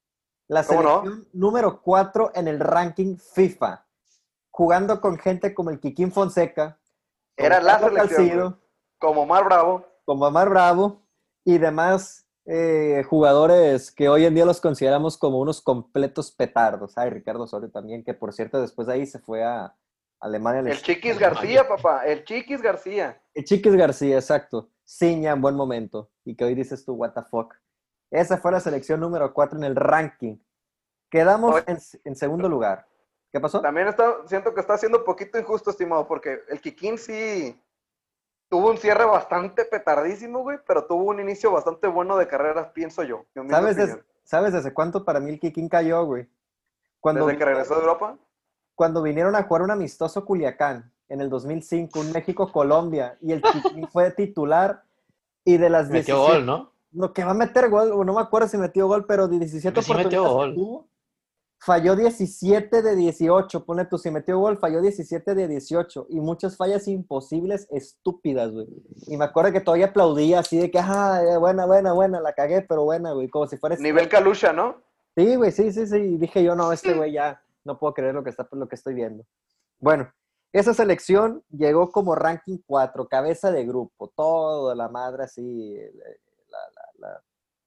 la ¿Cómo no? selección número cuatro en el ranking FIFA, jugando con gente como el Kikín Fonseca, como Era la Carlos selección, Salcido, güey. Como Mar Bravo. como Amar Bravo y demás eh, jugadores que hoy en día los consideramos como unos completos petardos. Ay, Ricardo Osorio también, que por cierto después de ahí se fue a Alemania. El Chiquis García, papá. El Chiquis García. El Chiquis García, exacto. Ciña en buen momento. Y que hoy dices tú, what the fuck. Esa fue la selección número cuatro en el ranking. Quedamos Oye, en, en segundo lugar. ¿Qué pasó? también está, siento que está siendo un poquito injusto, estimado, porque el Kikín sí tuvo un cierre bastante petardísimo, güey, pero tuvo un inicio bastante bueno de carreras, pienso yo. Mi humilde ¿Sabes, des- opinión. ¿Sabes desde cuánto para mí el Kikín cayó, güey? Cuando Desde que regresó de Europa. cuando vinieron a jugar un amistoso Culiacán en el dos mil cinco, un México-Colombia, y el Kikín fue titular, y de las Metió diecisiete... gol, ¿no? No, que va a meter gol, o no me acuerdo si metió gol, pero de diecisiete Creo que sí metió oportunidades que gol. tuvo, falló diecisiete de dieciocho, ponle tú, si metió gol, falló diecisiete de dieciocho, y muchas fallas imposibles, estúpidas, güey. Y me acuerdo que todavía aplaudía así de que, ah, buena, buena, buena, la cagué, pero buena, güey, como si fuera... Nivel Calusha, ¿no? Sí, güey, sí, sí, sí. Dije yo, no, este güey ya no puedo creer lo que está, lo que estoy viendo. Bueno, esa selección llegó como ranking cuatro, cabeza de grupo, todo la madre así, la, la, la,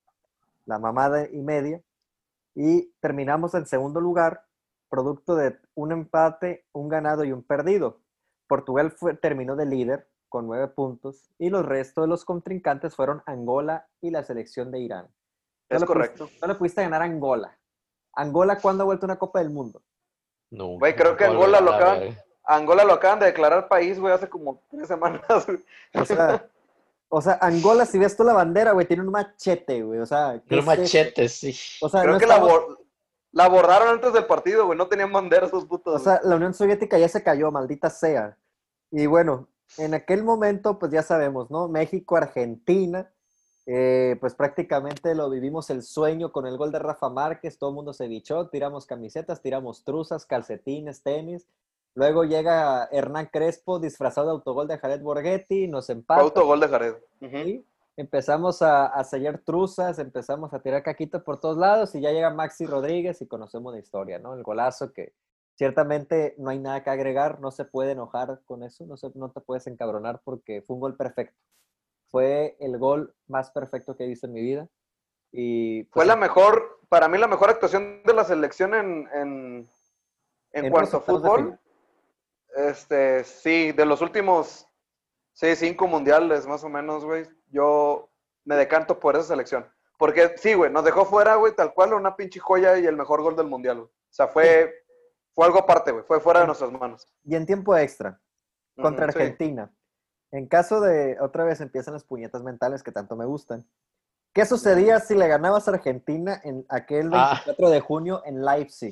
la mamada y media. Y terminamos en segundo lugar, producto de un empate, un ganado y un perdido. Portugal fue, terminó de líder con nueve puntos y los restos de los contrincantes fueron Angola y la selección de Irán. No Es le pudiste, correcto. no le pudiste ganar a Angola. ¿Angola cuándo ha vuelto a una Copa del Mundo? Nunca, Güey, creo que nunca Angola volverá a lo la acaban, verga. Angola lo acaban de declarar país, güey, hace como tres semanas, güey. O sea, o sea, Angola, si ves tú la bandera, güey, tiene un machete, güey. O sea, ¿qué Pero es eso? machete, sí. O sea, no Creo que la, estamos... abor- la abordaron antes del partido, güey. No tenían bandera esos putos, O güey. sea, la Unión Soviética ya se cayó, maldita sea. Y bueno, en aquel momento, pues ya sabemos, ¿no? México, Argentina, eh, pues prácticamente lo vivimos el sueño con el gol de Rafa Márquez, todo el mundo se bichó, tiramos camisetas, tiramos truzas, calcetines, tenis. Luego llega Hernán Crespo disfrazado de autogol de Jared Borghetti, nos Fue empata, autogol de Jared. Ujú. ¿sí? Empezamos a, a sellar truzas, empezamos a tirar caquito por todos lados y ya llega Maxi Rodríguez y conocemos la historia, ¿no? El golazo que ciertamente no hay nada que agregar, no se puede enojar con eso, no, se, no te puedes encabronar porque fue un gol perfecto. Fue el gol más perfecto que he visto en mi vida. Y Fue pues la en, mejor, para mí, la mejor actuación de la selección en, en, en en unos cuanto a octavos de fútbol. final. Este, sí, de los últimos seis, cinco mundiales, más o menos, güey. Yo me decanto por esa selección. Porque sí, güey, nos dejó fuera, güey, tal cual, una pinche joya y el mejor gol del mundial, güey. O sea, Sí. fue, fue algo aparte, güey. Fue fuera de En, nuestras manos. y en tiempo extra, contra Ujú, sí. Argentina. En caso de, otra vez empiezan las puñetas mentales que tanto me gustan. ¿Qué Ujú. sucedía si le ganabas a Argentina en aquel Ah, veinticuatro de junio en Leipzig?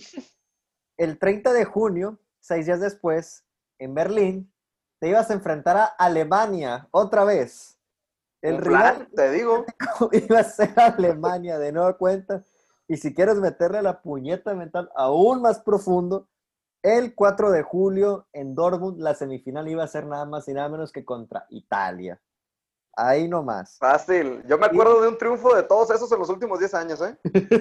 El treinta de junio, seis días después, en Berlín, te ibas a enfrentar a Alemania otra vez. El Un rival flan, te digo. iba a ser Alemania de nueva cuenta. Y si quieres meterle la puñeta mental aún más profundo, el cuatro de julio en Dortmund la semifinal iba a ser nada más y nada menos que contra Italia. Ahí nomás. Fácil. Yo me Y, acuerdo de un triunfo de todos esos en los últimos diez años, ¿eh?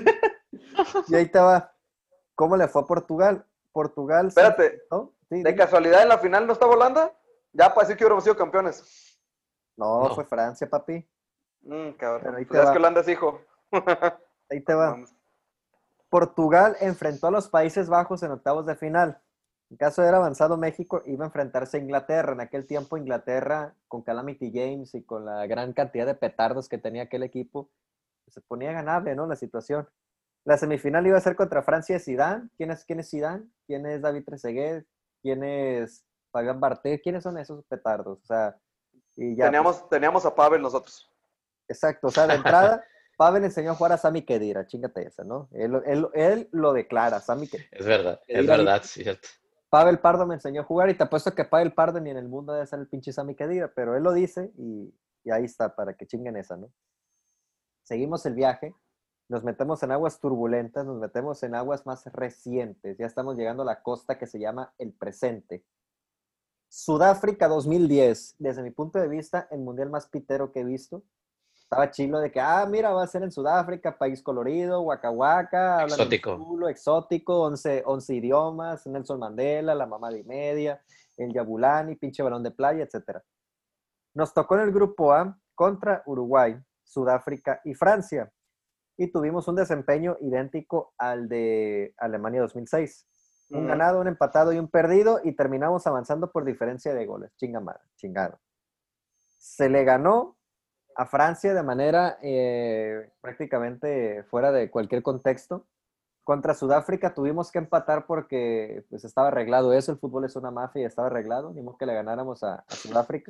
y ahí te va. ¿Cómo le fue a Portugal? Portugal se Espérate, enfrentó. Sí, ¿de dime. casualidad en la final no está Holanda? Ya para decir que hubiéramos sido campeones. No, no. fue Francia, papi. Mmm, Pero cabrón. ahí Pues te ya es que va. Holanda es hijo. Ahí te No va. mames. Portugal enfrentó a los Países Bajos en octavos de final. En caso de haber avanzado México, iba a enfrentarse a Inglaterra. En aquel tiempo, Inglaterra, con Calamity James y con la gran cantidad de petardos que tenía aquel equipo, se ponía ganable, ¿no? La situación. La semifinal iba a ser contra Francia y Zidane. ¿Quién es, quién es Zidane? ¿Quién es David Trezeguet? ¿Quién es Fabián Barthez? ¿Quiénes son esos petardos? O sea, y ya, pues, Teníamos, teníamos a Pavel nosotros. exacto. O sea, de entrada, Pavel enseñó a jugar a Sami Khedira. Chíngate esa, ¿no? Él, él, él lo declara, Sami Khedira. Es verdad, es Khedira verdad, dijo, cierto. Pavel Pardo me enseñó a jugar y te apuesto que Pavel Pardo ni en el mundo debe ser el pinche Sami Khedira, pero él lo dice y, y ahí está, para que chinguen esa, ¿no? Seguimos el viaje, nos metemos en aguas turbulentas, nos metemos en aguas más recientes, ya estamos llegando a la costa que se llama el presente. Sudáfrica dos mil diez, desde mi punto de vista, el mundial más pitero que he visto. Estaba chilo de que, ah, mira, va a ser en Sudáfrica, país colorido, Waka Waka, hablan en Exótico. chulo, exótico, once, once idiomas, Nelson Mandela, la mamá de media, el Yabulani, pinche balón de playa, etcétera. Nos tocó en el grupo A contra Uruguay, Sudáfrica y Francia. Y tuvimos un desempeño idéntico al de Alemania dos mil seis. Un Ujú. ganado, un empatado y un perdido y terminamos avanzando por diferencia de goles. Chinga madre, chingado. Se le ganó a Francia de manera eh, prácticamente fuera de cualquier contexto. Contra Sudáfrica tuvimos que empatar porque pues estaba arreglado eso, el fútbol es una mafia y estaba arreglado, ni modo que le ganáramos a, a Sudáfrica.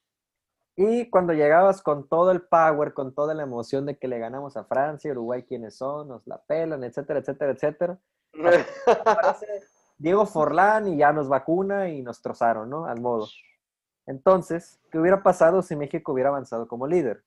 Y cuando llegabas con todo el power, con toda la emoción de que le ganamos a Francia, Uruguay, quiénes son, nos la pelan, etcétera, etcétera, etcétera, aparece Diego Forlán y ya nos vacuna y nos trozaron, ¿no? Al modo. Entonces, ¿qué hubiera pasado si México hubiera avanzado como líder?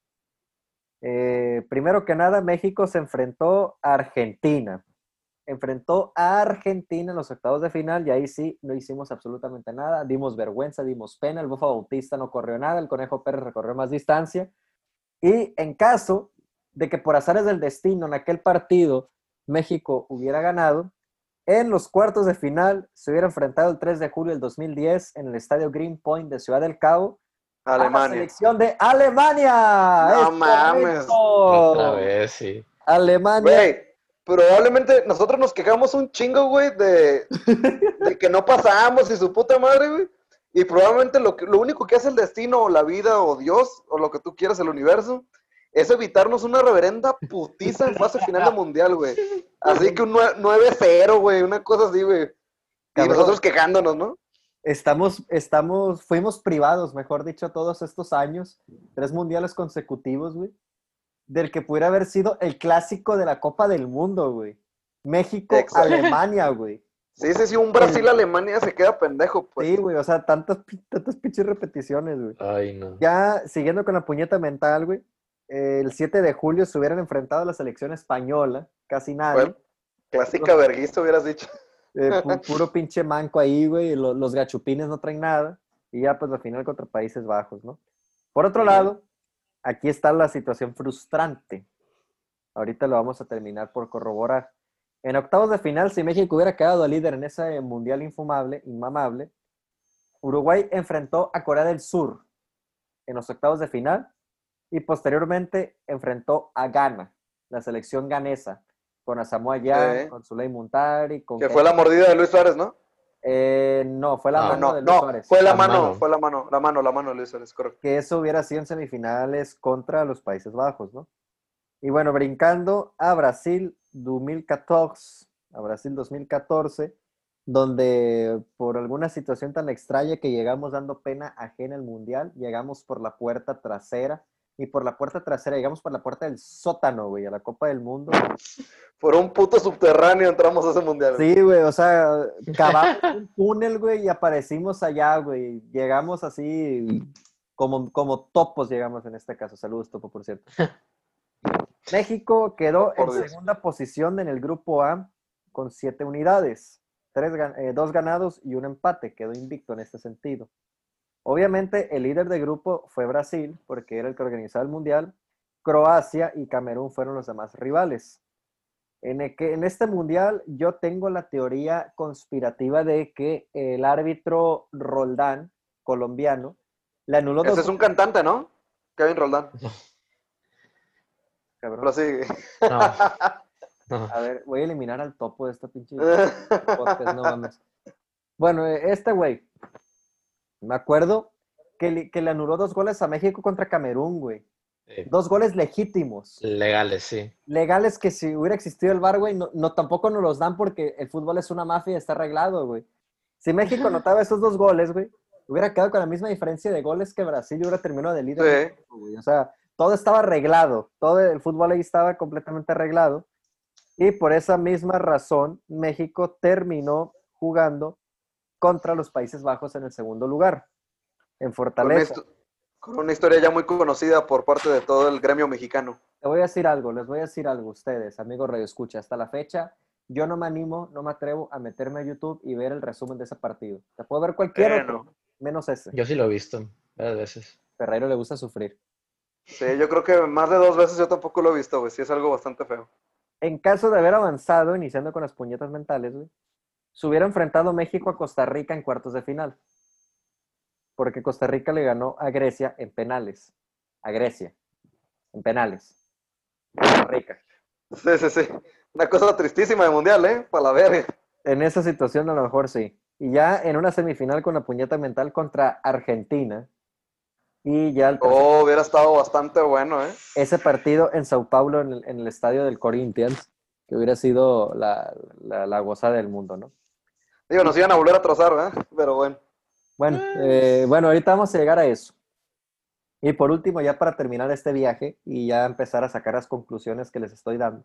Eh, primero que nada, México se enfrentó a Argentina. Enfrentó a Argentina en los octavos de final y ahí sí no hicimos absolutamente nada. Dimos vergüenza, dimos pena. El Bofo Bautista no corrió nada. El Conejo Pérez recorrió más distancia. Y en caso de que por azares del destino en aquel partido México hubiera ganado, en los cuartos de final se hubiera enfrentado el tres de julio del dos mil diez en el estadio Green Point de Ciudad del Cabo a la Alemania. selección de Alemania. No ¡Es mames. correcto! Otra vez, sí. Alemania. Güey, probablemente nosotros nos quejamos un chingo, güey, de, de que no pasamos y su puta madre, güey. Y probablemente lo, que, lo único que hace el destino o la vida o Dios o lo que tú quieras, el universo, es evitarnos una reverenda putiza en fase final de mundial, güey. Así que un nueve cero, güey, una cosa así, güey. Y Cabrón. nosotros quejándonos, ¿no? Estamos, estamos, fuimos privados, mejor dicho, todos estos años, tres mundiales consecutivos, güey, del que pudiera haber sido el clásico de la Copa del Mundo, güey. México, Exacto. Alemania, güey. Sí, sí, sí, un Brasil-Alemania se queda pendejo, pues. Sí, güey, o sea, tantas, tantas pinches repeticiones, güey. Ay, no. Ya, siguiendo con la puñeta mental, güey, eh, el siete de julio se hubieran enfrentado a la selección española, casi nadie. Bueno, clásica verguista, hubieras dicho. Eh, pu- puro pinche manco ahí, güey, lo- los gachupines no traen nada, y ya, pues, la final contra Países Bajos, ¿no? Por otro Ujú. lado, aquí está la situación frustrante. Ahorita lo vamos a terminar por corroborar. En octavos de final, si México hubiera quedado líder en ese mundial infumable, inmamable, Uruguay enfrentó a Corea del Sur en los octavos de final y posteriormente enfrentó a Ghana, la selección ganesa, con Asamoah Gyan, Sí. con Zuley Muntari, con... Que fue la mordida de Luis Suárez, ¿no? Eh, no, fue la No, mano No, de Luis no, Suárez. fue la La mano, mano. fue la mano, la mano, la mano de Luis Suárez, correcto. Que eso hubiera sido en semifinales contra los Países Bajos, ¿no? Y bueno, brincando a Brasil dos mil catorce, a Brasil dos mil catorce, donde por alguna situación tan extraña que llegamos dando pena ajena al Mundial, llegamos por la puerta trasera, y por la puerta trasera llegamos por la puerta del sótano, güey, a la Copa del Mundo. Por un puto subterráneo entramos a ese mundial. Sí, güey, o sea, cavamos un túnel, güey, y aparecimos allá, güey. Llegamos así como, como topos llegamos en este caso. Saludos, Topo, por cierto. México quedó Por en Dios. segunda posición en el grupo A con siete unidades, tres, gan- eh, dos ganados y un empate. Quedó invicto en este sentido. Obviamente, el líder de grupo fue Brasil, porque era el que organizaba el mundial. Croacia y Camerún fueron los demás rivales. En, el que, en este mundial yo tengo la teoría conspirativa de que el árbitro Roldán, colombiano, le anuló Ese dos es un cantante, ¿no? Kevin Roldán. cabrón. Pero sí. No. No. A ver, voy a eliminar al Topo de esta pinche podcast, no mames. Bueno, eh, este güey, me acuerdo que le, que le anuló dos goles a México contra Camerún, güey. Sí. Dos goles legítimos. Legales, sí. Legales que si hubiera existido el V A R, güey, no, no tampoco nos los dan porque el fútbol es una mafia y está arreglado, güey. Si México anotaba esos dos goles, güey, hubiera quedado con la misma diferencia de goles que Brasil y hubiera terminado de líder. Sí. del grupo, güey. O sea, todo estaba arreglado, todo el fútbol ahí estaba completamente arreglado. Y por esa misma razón, México terminó jugando contra los Países Bajos en el segundo lugar, en Con una, Fortaleza. histo- con una historia ya muy conocida por parte de todo el gremio mexicano. Te voy a decir algo, les voy a decir algo a ustedes, amigos Radio Escucha. Hasta la fecha, yo no me animo, no me atrevo a meterme a YouTube y ver el resumen de ese partido. Te puedo ver cualquier Bueno. otro, menos ese. Yo sí lo he visto varias veces. Ferreiro le gusta sufrir. Sí, yo creo que más de dos veces yo tampoco lo he visto, güey. Sí, es algo bastante feo. En caso de haber avanzado, iniciando con las puñetas mentales, güey, se hubiera enfrentado México a Costa Rica en cuartos de final. Porque Costa Rica le ganó a Grecia en penales. A Grecia. En penales. Costa Rica. Sí, sí, sí. Una cosa tristísima de mundial, ¿eh? Para la verga. En esa situación a lo mejor sí. Y ya en una semifinal con la puñeta mental contra Argentina. Y ya el tercer- Oh, hubiera estado bastante bueno, ¿eh? ese partido en Sao Paulo, en el, en el estadio del Corinthians, que hubiera sido la, la, la gozada del mundo, ¿no? Digo, nos iban a volver a trazar, ¿eh? Pero bueno. Bueno, eh, bueno, ahorita vamos a llegar a eso. Y por último, ya para terminar este viaje y ya empezar a sacar las conclusiones que les estoy dando.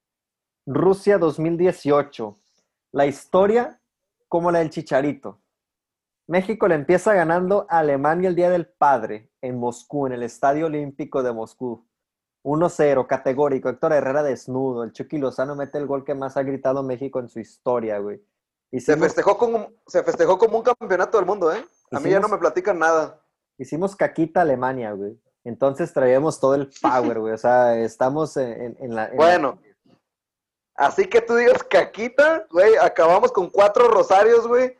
Rusia dos mil dieciocho. La historia como la del Chicharito. México le empieza ganando a Alemania el Día del Padre en Moscú, en el Estadio Olímpico de Moscú. uno cero, categórico. Héctor Herrera desnudo. El Chucky Lozano mete el gol que más ha gritado México en su historia, güey. Se Hicimos, festejó como, se festejó como un campeonato del mundo, ¿eh? A mí ya no Hicimos- me platican nada. hicimos caquita Alemania, güey. Entonces traíamos todo el power, güey. O sea, estamos en, en- en la... en Bueno. la- Así que tú digas caquita, güey, acabamos con cuatro rosarios, güey.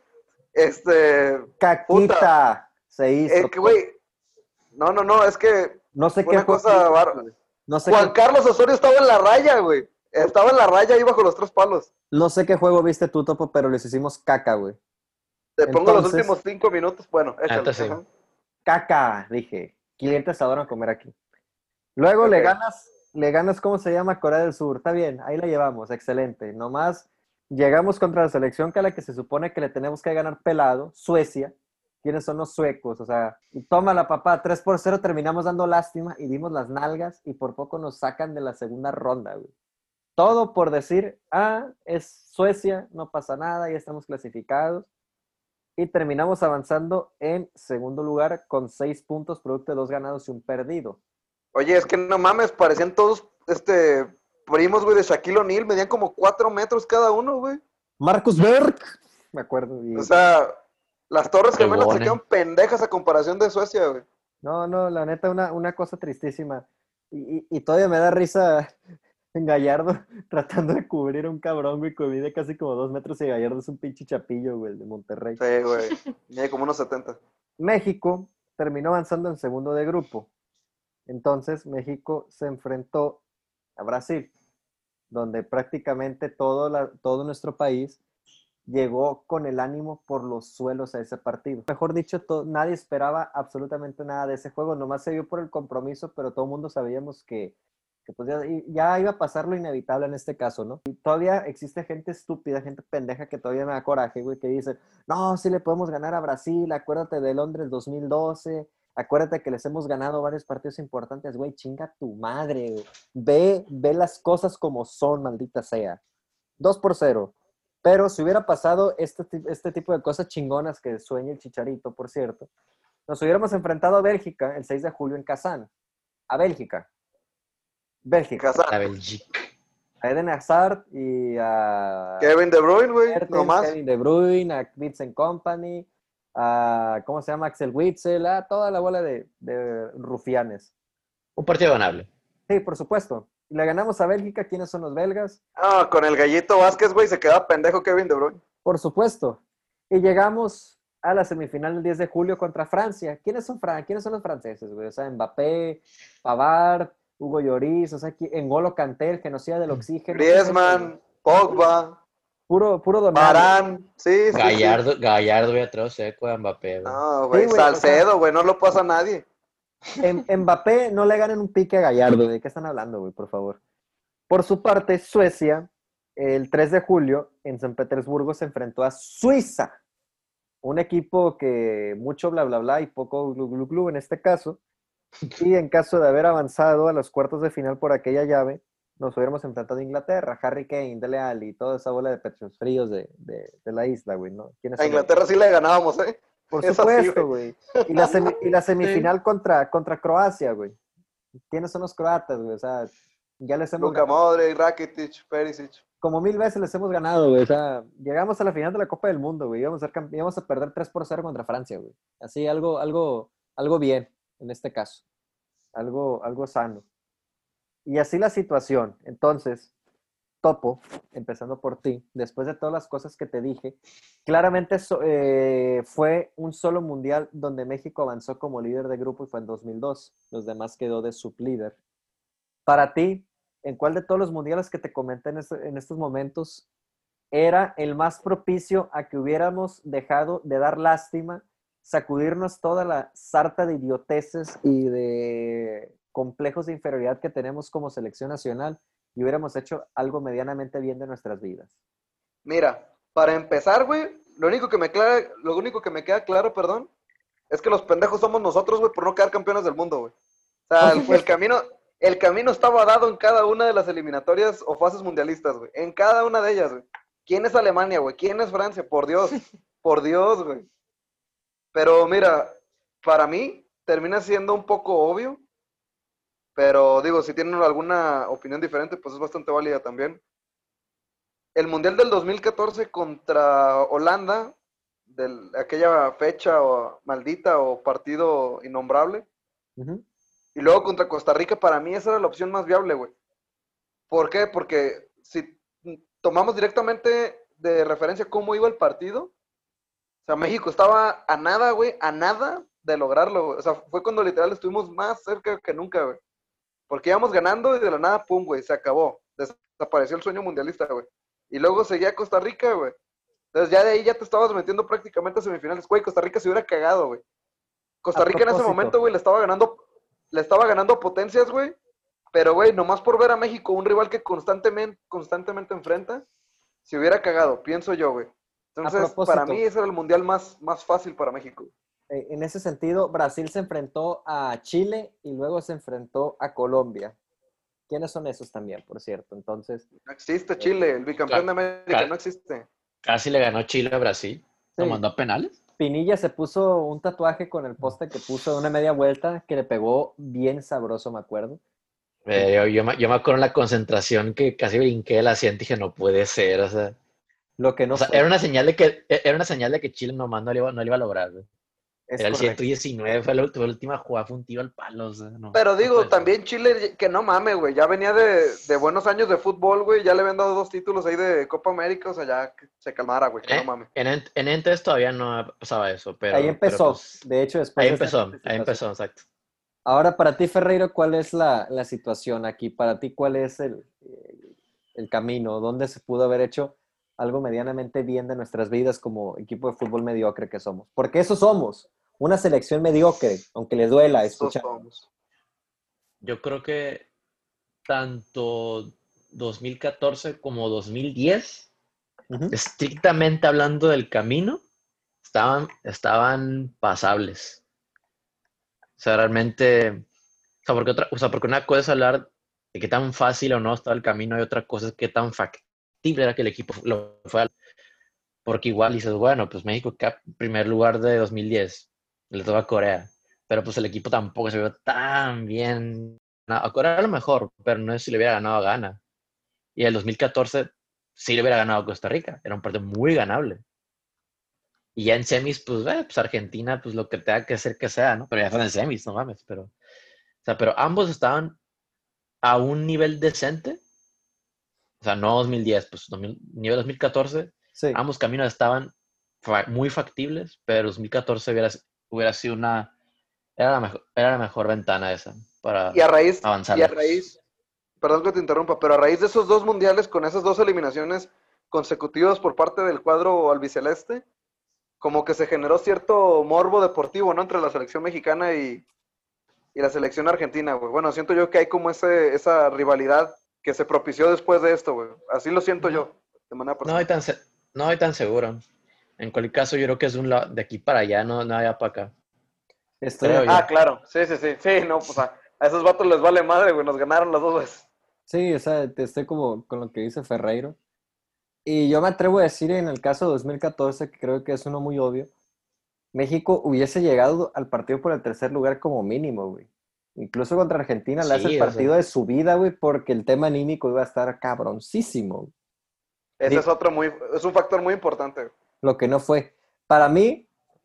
Este... Caquita puta, se hizo. es que, güey, no, no, no, es que No sé fue qué una fue. cosa bar- No sé Juan qué, Carlos Osorio estaba en la raya, güey. Estaba en la raya ahí bajo los tres palos. no sé qué juego viste tú, Topo, pero les hicimos caca, güey. Te pongo los Entonces, últimos cinco minutos. Bueno, échale. Neta, sí. Ajá. caca, dije. Clientes adoran comer aquí. Luego le Ok. ganas, le ganas, ¿cómo se llama? Corea del Sur. Está bien, ahí la llevamos, excelente. Nomás llegamos contra la selección que a la que se supone que le tenemos que ganar pelado, Suecia. ¿Quiénes son los suecos? O sea, y toma la papá, tres por cero, terminamos dando lástima y dimos las nalgas y por poco nos sacan de la segunda ronda, güey. Todo por decir, ah, es Suecia, no pasa nada, ya estamos clasificados. Y terminamos avanzando en segundo lugar con seis puntos, producto de dos ganados y un perdido. Oye, es que no mames, parecían todos, este, primos, güey, de Shaquille O'Neal. Medían como cuatro metros cada uno, güey. Marcus Berg, me acuerdo. Y... O sea, las Torres Gemelas se Huevones. quedan pendejas a comparación de Suecia, güey. No, no, la neta, una, una cosa tristísima. Y, y, y todavía me da risa en Gallardo tratando de cubrir a un cabrón, güey, que mide casi como dos metros y Gallardo es un pinche chapillo, güey, de Monterrey. Sí, güey. Mide como unos setenta. México terminó avanzando en segundo de grupo. Entonces, México se enfrentó a Brasil, donde prácticamente todo, la, todo nuestro país llegó con el ánimo por los suelos a ese partido. Mejor dicho, to- nadie esperaba absolutamente nada de ese juego, nomás se vio por el compromiso, pero todo el mundo sabíamos que, que pues ya, ya iba a pasar lo inevitable en este caso, ¿no? Y todavía existe gente estúpida, gente pendeja que todavía me da coraje, güey, que dice, no, sí le podemos ganar a Brasil, acuérdate de Londres dos mil doce, acuérdate que les hemos ganado varios partidos importantes, güey, chinga tu madre, güey. Ve, ve las cosas como son, maldita sea. dos por cero. Pero si hubiera pasado este, ti- este tipo de cosas chingonas que sueña el Chicharito, por cierto, nos hubiéramos enfrentado a Bélgica el seis de julio en Kazán. A Bélgica. Bélgica. Kazán. La Belgique. A Eden Hazard y a Kevin De Bruyne, güey, Mertens, nomás. Kevin De Bruyne, a Vincent Company, a, ¿cómo se llama? Axel Witsel, a toda la bola de, de rufianes. Un partido ganable. Sí, por supuesto. Y le ganamos a Bélgica. ¿Quiénes son los belgas? Ah, con el gallito Vázquez, güey, se queda pendejo Kevin De Bruyne. Por supuesto. Y llegamos a la semifinal el diez de julio contra Francia. ¿Quiénes son, Fran ¿Quiénes son los franceses, güey? O sea, Mbappé, Pavard, Hugo Lloris, o sea, N'Golo Kanté, el genocida del oxígeno. Griezmann, Pogba, Puro, puro Donado. Varane, sí, sí, sí. Gallardo, Gallardo y atrás seco a Mbappé. güey. No, güey, Sí, güey, Salcedo, güey, no lo pasa a nadie. En, Mbappé no le ganen un pique a Gallardo. ¿De qué están hablando, güey? Por favor. Por su parte, Suecia, el tres de julio, en San Petersburgo, se enfrentó a Suiza. Un equipo que mucho bla, bla, bla y poco glu, glu, glu en este caso. Y en caso de haber avanzado a los cuartos de final por aquella llave, nos hubiéramos enfrentado a Inglaterra, Harry Kane, Dele Alli y toda esa bola de pechos fríos de, de, de la isla, güey, ¿no? ¿Quiénes A son Inglaterra sí le ganábamos, ¿eh? Por Es así, supuesto, güey. Y la, semi- y la semifinal Sí. contra, contra Croacia, güey. ¿Quiénes son los croatas, güey? O sea, ya les hemos Luka ganado. Modric, Rakitic, Perisic. Como mil veces les hemos ganado, güey. O sea, llegamos a la final de la Copa del Mundo, güey. Íbamos a, ser campe- íbamos a perder tres por cero contra Francia, güey. Así, algo, algo, algo bien, en este caso. Algo, algo sano. Y así la situación. Entonces, Topo, empezando por ti, después de todas las cosas que te dije, claramente so- eh, fue un solo mundial donde México avanzó como líder de grupo y fue en dos mil dos. Los demás quedó de sublíder. Para ti, ¿en cuál de todos los mundiales que te comenté en, este- en estos momentos era el más propicio a que hubiéramos dejado de dar lástima, sacudirnos toda la sarta de idioteces y de complejos de inferioridad que tenemos como selección nacional y hubiéramos hecho algo medianamente bien de nuestras vidas? Mira, para empezar, güey, lo único que me clara, lo único que me queda claro, perdón, es que los pendejos somos nosotros, güey, por no quedar campeones del mundo, güey. O sea, Por el, el supuesto. camino, el camino estaba dado en cada una de las eliminatorias o fases mundialistas, güey. En cada una de ellas, güey. ¿Quién es Alemania, güey? ¿Quién es Francia? Por Dios, por Dios, güey. Pero mira, para mí termina siendo un poco obvio, pero digo, si tienen alguna opinión diferente, pues es bastante válida también. El Mundial del dos mil catorce contra Holanda, de aquella fecha o, maldita o partido innombrable, Ujú. y luego contra Costa Rica, para mí esa era la opción más viable, güey. ¿Por qué? Porque si tomamos directamente de referencia cómo iba el partido, o sea, México estaba a nada, güey, a nada de lograrlo, güey. O sea, fue cuando literal estuvimos más cerca que nunca, güey. Porque íbamos ganando y de la nada, pum, güey, se acabó. Desapareció el sueño mundialista, güey. Y luego seguía Costa Rica, güey. Entonces ya de ahí ya te estabas metiendo prácticamente a semifinales. Güey, Costa Rica se hubiera cagado, güey. Costa A Rica en ese propósito, momento, güey, le estaba ganando, le estaba ganando a potencias, güey. Pero, güey, nomás por ver a México, un rival que constantemente, constantemente enfrenta, se hubiera cagado, pienso yo, güey. a Entonces, para mí propósito, ese era el mundial más, más fácil para México. eh, en ese sentido, Brasil se enfrentó a Chile y luego se enfrentó a Colombia. ¿Quiénes son esos también, por cierto? Entonces, No existe eh, Chile, el bicampeón de Ca- América, ca- no existe. Casi le ganó Chile a Brasil. Lo sí, mandó a penales. Pinilla se puso un tatuaje con el poste que puso de una media vuelta que le pegó bien sabroso, me acuerdo. Eh, yo, yo me, yo me acuerdo en la concentración que casi brinqué el asiento y dije, no puede ser. O sea, Lo que o no sea, era fue, una señal de que, era una señal de que Chile nomás no lo iba, no lo iba a lograr, güey. es Era el ciento correcto. diecinueve, fue la, fue la última jugada, fue un tiro al palo. O sea, no, Pero no digo, puede ser. también Chile, que no mames, güey, ya venía de, de buenos años de fútbol, güey, ya le habían dado dos títulos ahí de Copa América, o sea, ya que se calmara, güey, que no En, mames. en, en, en Entes todavía no pasaba eso, Ahí pero, pero empezó, pues de hecho, después ahí de esa empezó, ahí participación. empezó, exacto. Ahora, para ti, Ferreiro, ¿cuál es la, la situación aquí? Para ti, ¿cuál es el, eh, el camino? ¿Dónde se pudo haber hecho algo medianamente bien de nuestras vidas como equipo de fútbol mediocre que somos? Porque eso somos, una selección mediocre, aunque les duela Esos escuchar. somos. Yo creo que tanto dos mil catorce como dos mil diez, Ujú. estrictamente hablando del camino, estaban, estaban pasables. O sea, realmente, o sea, porque otra, o sea, porque una cosa es hablar de qué tan fácil o no estaba el camino y otra cosa es qué tan factible era que el equipo lo fue. Porque igual dices, bueno, pues México queda en primer lugar de dos mil diez, le toca a Corea, pero pues el equipo tampoco se vio tan bien. A Corea a lo mejor, pero no es si le hubiera ganado a Ghana. Y el dos mil catorce sí le hubiera ganado a Costa Rica, era un partido muy ganable. Y ya en semis, pues, eh, pues Argentina, pues lo que tenga que ser que sea, ¿no? Pero ya fue en semis, no mames, pero, o sea, pero ambos estaban a un nivel decente, o sea, no dos mil diez, pues dos mil, nivel dos mil catorce, Sí. ambos caminos estaban fa- muy factibles, pero dos mil catorce hubiera, hubiera sido una, era la mejor, era la mejor ventana esa Y para a raíz, avanzar y a lejos. raíz, perdón que te interrumpa, pero a raíz de esos dos mundiales, con esas dos eliminaciones consecutivas por parte del cuadro albiceleste, como que se generó cierto morbo deportivo, ¿no? Entre la selección mexicana y, y la selección argentina, güey. Bueno, siento yo que hay como ese, esa rivalidad que se propició después de esto, güey. Así lo siento No, yo, de manera no hay personal. tan, se- no hay tan seguro. En cualquier caso, yo creo que es de un lado, de aquí para allá, no, no allá para acá. Estoy de Creo yo. Ah, acuerdo. claro, sí, sí, sí, sí, no, pues a, a esos vatos les vale madre, güey, nos ganaron las dos veces. Sí, o sea, te estoy como con lo que dice Ferreiro. Y yo me atrevo a decir en el caso de dos mil catorce, que creo que es uno muy obvio, México hubiese llegado al partido por el tercer lugar como mínimo, güey. Incluso contra Argentina le hace el Sí, o partido sea, de su vida, güey, porque el tema anímico iba a estar cabroncísimo. Ese Di- es otro muy, es un factor muy importante, güey. Lo que no fue. Para mí,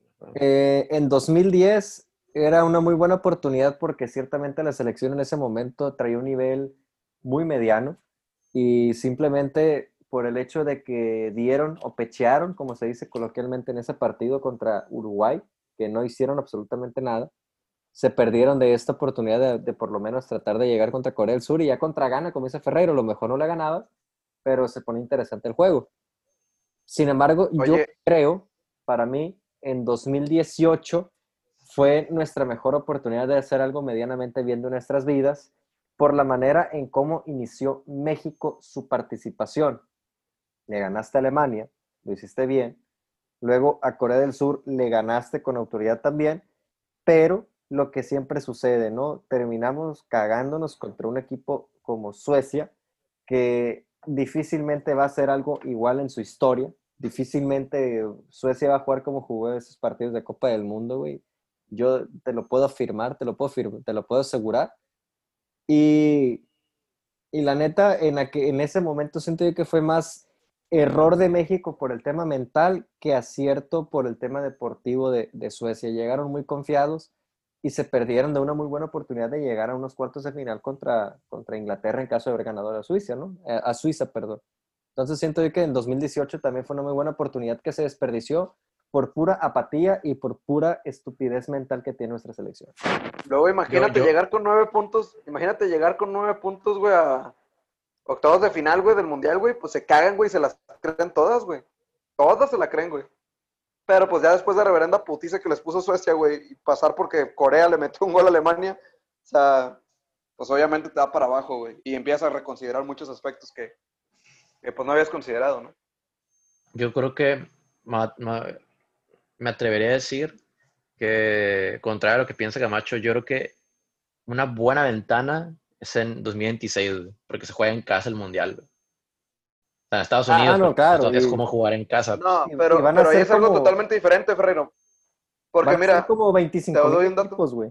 eh, en dos mil diez era una muy buena oportunidad porque ciertamente la selección en ese momento traía un nivel muy mediano y simplemente por el hecho de que dieron o pechearon, como se dice coloquialmente en ese partido contra Uruguay, que no hicieron absolutamente nada, se perdieron de esta oportunidad de, de por lo menos tratar de llegar contra Corea del Sur y ya contra Ghana, como dice Ferreiro, a lo mejor no la ganaba, pero se pone interesante el juego. Sin embargo, yo Oye, creo, para mí, en dos mil dieciocho fue nuestra mejor oportunidad de hacer algo medianamente bien de nuestras vidas por la manera en cómo inició México su participación. Le ganaste a Alemania, lo hiciste bien. Luego a Corea del Sur le ganaste con autoridad también, pero lo que siempre sucede, ¿no? Terminamos cagándonos contra un equipo como Suecia, que difícilmente va a ser algo igual en su historia. Difícilmente Suecia va a jugar como jugó esos partidos de Copa del Mundo, güey. Yo te lo puedo afirmar, te lo puedo, firmar, te lo puedo asegurar. Y, y la neta, en, aquel, en ese momento siento yo que fue más error de México por el tema mental que acierto por el tema deportivo de, de Suecia. Llegaron muy confiados y se perdieron de una muy buena oportunidad de llegar a unos cuartos de final contra, contra Inglaterra en caso de haber ganado a Suiza, ¿no? A, a Suiza, perdón. Entonces siento yo que en dos mil dieciocho también fue una muy buena oportunidad que se desperdició por pura apatía y por pura estupidez mental que tiene nuestra selección. Luego Yo, imagínate yo, llegar con nueve puntos, imagínate llegar con nueve puntos, güey, a octavos de final, güey, del Mundial, güey, pues se cagan, güey, se las creen todas, güey. Todas se la creen, güey. Pero pues ya después de la reverenda putiza que les puso Suecia, güey, y pasar porque Corea le metió un gol a Alemania, o sea, pues obviamente te da para abajo, güey, y empiezas a reconsiderar muchos aspectos que, que pues no habías considerado, ¿no? yo creo que ma- ma- me atrevería a decir que, contrario a lo que piensa Camacho, yo creo que una buena ventana es en dos mil veintiséis, güey, porque se juega en casa el Mundial, güey. O sea, en Estados Ah, ah, Unidos, no, pero pues claro, todavía es y, como jugar en casa, pues. No, y- y pero, van a pero ahí ser es algo como, totalmente diferente, Ferreiro. Porque van a ser mira, como te veinticinco mil doy un dato, equipos, güey.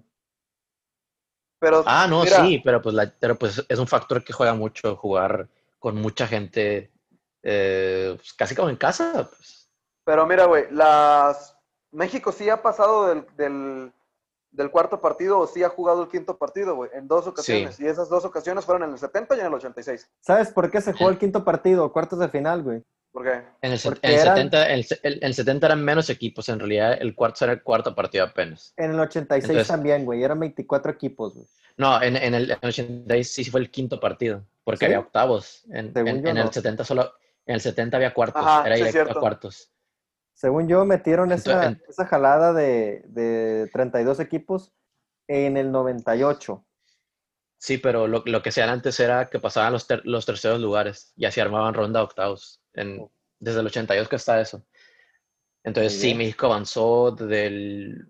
pero Ah, no, mira, sí, pero pues, la- pero pues es un factor que juega mucho jugar con mucha gente, eh, pues, casi como en casa, pues. pero mira, güey, las México sí ha pasado del, del, del cuarto partido o sí ha jugado el quinto partido, güey, en dos Sí. ocasiones. Y esas dos ocasiones fueron en el setenta y en el ochenta y seis. ¿Sabes por qué se jugó En, el quinto partido, cuartos de final, güey? ¿Por qué? en el, set- en Porque el eran, setenta, en el, se- el- en el setenta eran menos equipos, en realidad el cuarto era el cuarto partido apenas. en el ochenta y seis Entonces, también, güey, eran veinticuatro equipos, güey. no, en, en el, en el ochenta y seis sí fue el quinto partido, porque había ¿Sí? octavos. En, Según en, yo en el no. setenta solo, en el setenta había cuartos, Ajá, era sí es directo a cierto. cuartos. Según yo, metieron Ento- esa, en- esa jalada de, de treinta y dos equipos en el noventa y ocho. sí, pero lo, lo que hacían antes era que pasaban los, ter- los terceros lugares y así armaban ronda de octavos. En, desde el ochenta y dos que está eso. Entonces Muy sí, bien. México avanzó del...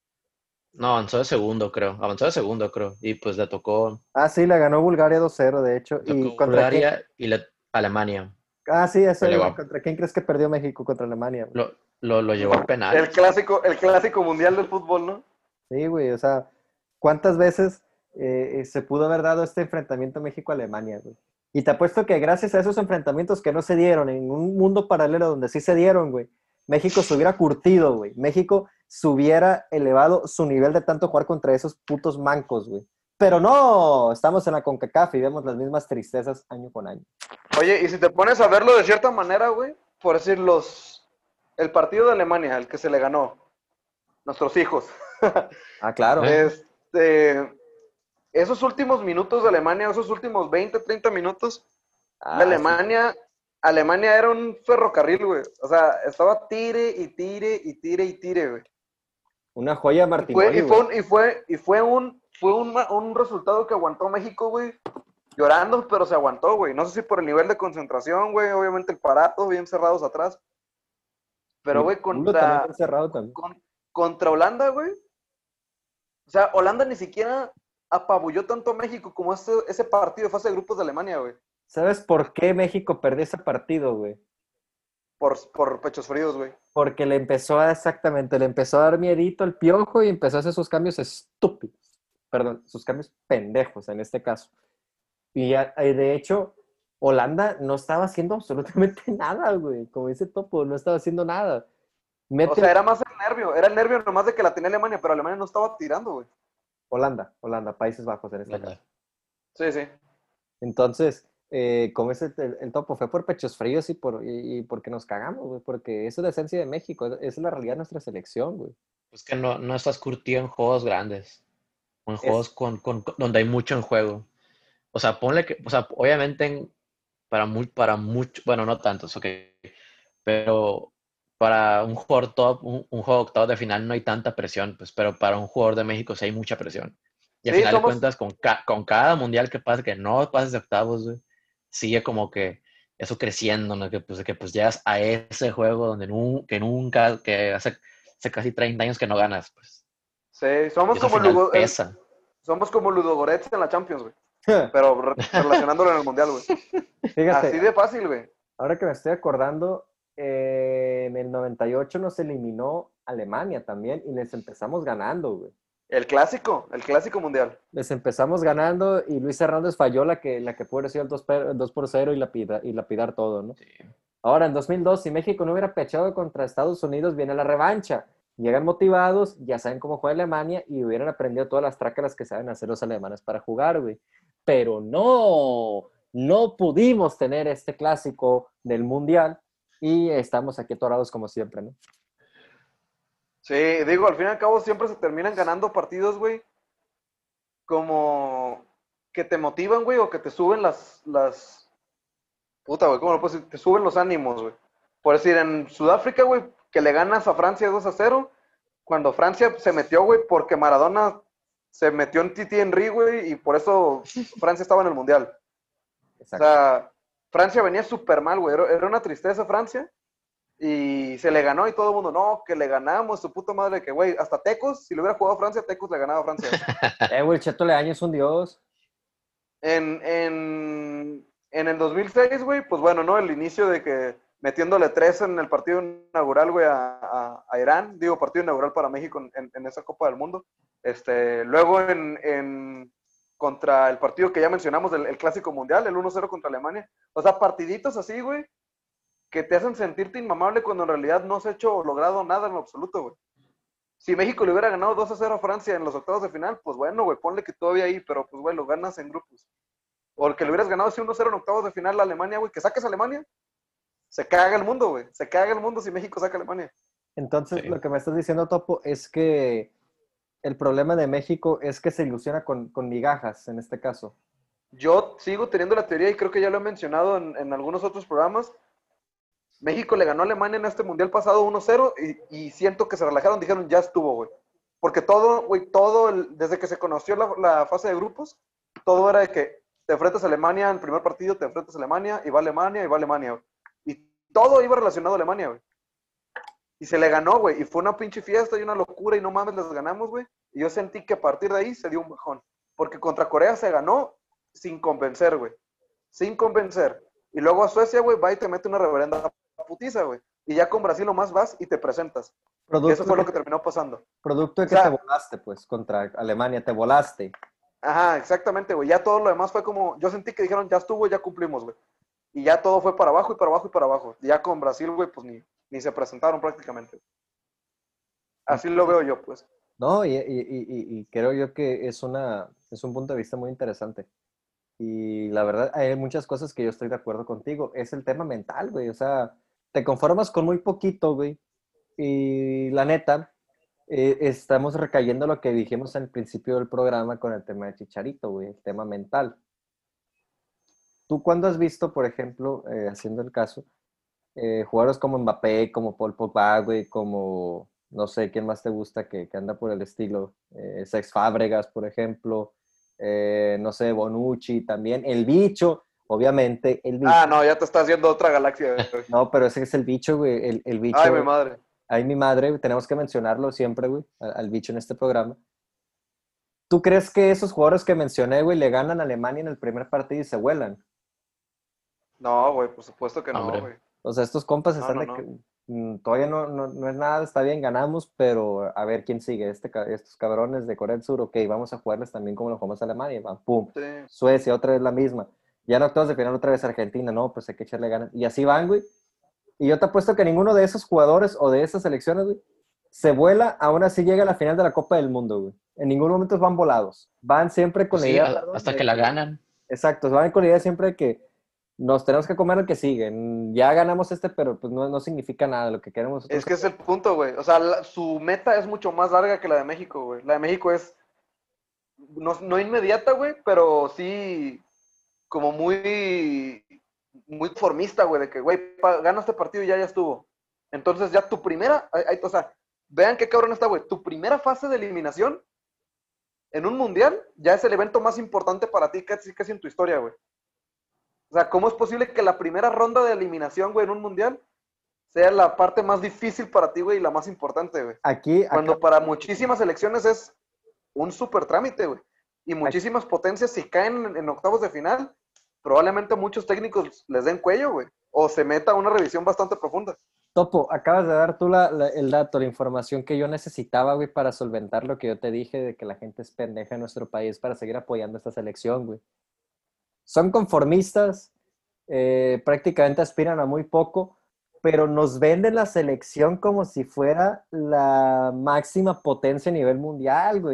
No, avanzó de segundo, creo. Avanzó de segundo, creo. Y pues le tocó, Ah, sí, la ganó Bulgaria dos cero, de hecho. le ¿Y tocó contra quién? Bulgaria y le- Alemania. Ah, sí, eso Lo llevó iba. a, ¿Contra quién crees que perdió México contra Alemania, güey? lo, lo, lo llevó a El penales. clásico, el clásico mundial del fútbol, ¿no? Sí, güey, o sea, ¿cuántas veces eh, se pudo haber dado este enfrentamiento México-Alemania, güey? Y te apuesto que gracias a esos enfrentamientos que no se dieron, en un mundo paralelo donde sí se dieron, güey, México se hubiera curtido, güey. México se hubiera elevado su nivel de tanto jugar contra esos putos mancos, güey. Pero no, estamos en la CONCACAF y vemos las mismas tristezas año con año. Oye, y si te pones a verlo de cierta manera, güey, por decir los, el partido de Alemania, el que se le ganó, nuestros hijos, Ah, claro. Eh. este, esos últimos minutos de Alemania, esos últimos veinte, treinta minutos Ah, de Alemania, Alemania era un ferrocarril, güey. O sea, estaba tire y tire y tire y tire, güey. una joya Y fue, Martinoli, y fue, güey. un, y fue, y fue un, fue un, un resultado que aguantó México, güey. Llorando, pero se aguantó, güey. No sé si por el nivel de concentración, güey. Obviamente el parato, bien cerrados atrás. Pero, Y güey, el culo también contra, bien cerrado también. con- contra Holanda, güey. O sea, Holanda ni siquiera apabulló tanto a México como ese, ese partido de fase de grupos de Alemania, güey. ¿Sabes por qué México perdió ese partido, güey? Por, por pechos fríos, güey. Porque le empezó a, exactamente, le empezó a dar miedito al Piojo y empezó a hacer sus cambios estúpidos. Perdón, sus cambios pendejos en este caso. Y, ya- y de hecho, Holanda no estaba haciendo absolutamente nada, güey. Como dice Topo, no estaba haciendo nada. Mete O sea, era más el nervio. Era el nervio nomás de que la tenía Alemania, pero Alemania no estaba tirando, güey. Holanda, Holanda, Países Bajos en este Holanda. caso. Sí, sí. Entonces, eh, como es el, el- el Topo, fue por pechos fríos y, por, y, y porque nos cagamos, güey. Porque esa es la esencia de México, esa es la realidad de nuestra selección, güey. Pues que no, no estás curtido en juegos grandes. O en Es- juegos con, con- con- donde hay mucho en juego. O sea, ponle que, o sea, obviamente en- para muy, para mucho, bueno, no tantos, ok. Pero para un jugador top, un, un juego octavo de final no hay tanta presión, pues, pero para un jugador de México sí hay mucha presión. Y al Sí, final de somos, cuentas, con, ca- con cada mundial que pasa, que no pases de octavos, güey, sigue como que eso creciendo, ¿no? Que pues, que pues llegas a ese juego donde nu- que nunca, que hace, hace casi treinta años que no ganas, pues. sí, Y somos eso al como final Lugo, el- pesa. somos como Ludogorets en la Champions, güey. Pero re- relacionándolo en el Mundial, güey. Fíjate, Así de fácil, güey. ahora que me estoy acordando, eh, en el noventa y ocho nos eliminó Alemania también y les empezamos ganando, güey. El clásico, el clásico mundial. Les empezamos ganando y Luis Hernández falló la que, la que pudo haber sido el dos, per- dos por cero y, lapida- y lapidar todo, ¿no? Sí. Ahora, en dos mil dos, si México no hubiera pechado contra Estados Unidos, viene la revancha. Llegan motivados, ya saben cómo juega Alemania y hubieran aprendido todas las trácalas que saben hacer los alemanes para jugar, güey. Pero no, no pudimos tener este clásico del Mundial y estamos aquí atorados como siempre, ¿no? Sí, digo, al fin y al cabo siempre se terminan ganando partidos, güey, como que te motivan, güey, o que te suben las, las, puta, güey, ¿cómo lo puedo decir? Te suben los ánimos, güey. Por decir, en Sudáfrica, güey, que le ganas a Francia dos a cero, cuando Francia se metió, güey, porque Maradona se metió en Titi Henry, güey, y por eso Francia estaba en el Mundial. Exacto. O sea, Francia venía súper mal, güey, era, era una tristeza Francia, y se le ganó y todo el mundo, no, que le ganamos, su puta madre, que, güey, hasta Tecos, si le hubiera jugado a Francia, Tecos le ganaba a Francia. Eh, güey, el Cheto Leaño es un dios. En, en, en el dos mil seis, güey, pues bueno, ¿no? El inicio de que metiéndole tres en el partido inaugural, güey, a, a, a Irán, digo, partido inaugural para México en, en esa Copa del Mundo. Este, luego en, en contra el partido que ya mencionamos, el, el Clásico Mundial, el uno cero contra Alemania. O sea, partiditos así, güey, que te hacen sentirte inmamable cuando en realidad no se ha hecho o logrado nada en lo absoluto, güey. Si México le hubiera ganado dos a cero a Francia en los octavos de final, pues bueno, güey, ponle que todavía ahí, pero pues, güey, lo ganas en grupos. O que le hubieras ganado así uno cero en octavos de final a Alemania, güey, que saques a Alemania, se caga el mundo, güey. Se caga el mundo si México saca a Alemania. Entonces, Sí. lo que me estás diciendo, Topo, es que el problema de México es que se ilusiona con, con migajas, en este caso. Yo sigo teniendo la teoría, y creo que ya lo he mencionado en, en algunos otros programas. México le ganó a Alemania en este mundial pasado uno cero y, y siento que se relajaron, dijeron, ya estuvo, güey. Porque todo, güey, todo, el, desde que se conoció la, la fase de grupos, todo era de que te enfrentas a Alemania en el primer partido, te enfrentas a Alemania, y va Alemania, y va Alemania, güey. Y todo iba relacionado a Alemania, güey. Y se le ganó, güey. Y fue una pinche fiesta y una locura, y no mames, les ganamos, güey. Y yo sentí que a partir de ahí se dio un bajón. Porque contra Corea se ganó sin convencer, güey. Sin convencer. Y luego a Suecia, güey, va y te mete una reverenda putiza, güey. Y ya con Brasil nomás vas y te presentas. Producto Y eso fue de lo que terminó pasando. Producto de O que sea, te volaste, pues, contra Alemania, te volaste. Ajá, exactamente, güey. Ya todo lo demás fue como, yo sentí que dijeron, ya estuvo, ya cumplimos, güey. Y ya todo fue para abajo y para abajo y para abajo. Y ya con Brasil, güey, pues ni, ni se presentaron prácticamente. Así lo veo yo, pues. No, y, y, y, y creo yo que es, una, es un punto de vista muy interesante. Y la verdad, hay muchas cosas que yo estoy de acuerdo contigo. Es el tema mental, güey. O sea, te conformas con muy poquito, güey. Y la neta, eh, estamos recayendo lo que dijimos al principio del programa con el tema de Chicharito, güey. El tema mental. ¿Tú cuándo has visto, por ejemplo, eh, haciendo el caso, eh, jugadores como Mbappé, como Paul Pogba, güey, como, no sé, ¿quién más te gusta que, que anda por el estilo? Eh, Cesc Fábregas, por ejemplo, eh, no sé, Bonucci también, el Bicho, obviamente, el Bicho. Ah, no, ya te estás yendo a otra galaxia, güey. No, pero ese es el Bicho, güey, el, el Bicho. Ay, mi madre. Ay, mi madre, tenemos que mencionarlo siempre, güey, al, al Bicho en este programa. ¿Tú crees que esos jugadores que mencioné, güey, le ganan a Alemania en el primer partido y se vuelan? No, güey, por supuesto que no, Hombre. güey. O sea, estos compas No, están no, de no. que mm, todavía no, no, no es nada, está bien, ganamos, pero a ver quién sigue. Este, ca- estos cabrones de Corea del Sur, ok, vamos a jugarles también como lo jugamos a Alemania, va, pum. Sí. Suecia, otra vez la misma. Ya en octavos de final, otra vez Argentina, no, pues hay que echarle ganas. Y así van, güey. Y yo te apuesto que ninguno de esos jugadores o de esas selecciones, güey, se vuela, aún así llega a la final de la Copa del Mundo, güey. En ningún momento van volados. Van siempre con Pues la sí, idea, a- perdón, hasta de que la ganan. Exacto, van con la idea siempre de que nos tenemos que comer el que sigue. Ya ganamos este, pero pues no, no significa nada. Lo que queremos nosotros Es que es el punto, güey. O sea, la- su meta es mucho más larga que la de México, güey. La de México es no, no inmediata, güey, pero sí como muy, muy formista, güey, de que, güey, pa- gana este partido y ya, ya estuvo. Entonces ya tu primera, ay, ay, o sea, vean qué cabrón está, güey. Tu primera fase de eliminación en un mundial ya es el evento más importante para ti casi, casi en tu historia, güey. O sea, ¿cómo es posible que la primera ronda de eliminación, güey, en un mundial sea la parte más difícil para ti, güey, y la más importante, güey? aquí, Cuando acá, para muchísimas selecciones es un súper trámite, güey. Y muchísimas potencias, si caen en, en octavos de final, probablemente muchos técnicos les den cuello, güey. O se meta una revisión bastante profunda. Topo, acabas de dar tú la, la- el dato, la información que yo necesitaba, güey, para solventar lo que yo te dije de que la gente es pendeja en nuestro país para seguir apoyando esta selección, güey. Son conformistas, eh, prácticamente aspiran a muy poco, pero nos venden la selección como si fuera la máxima potencia a nivel mundial, güey.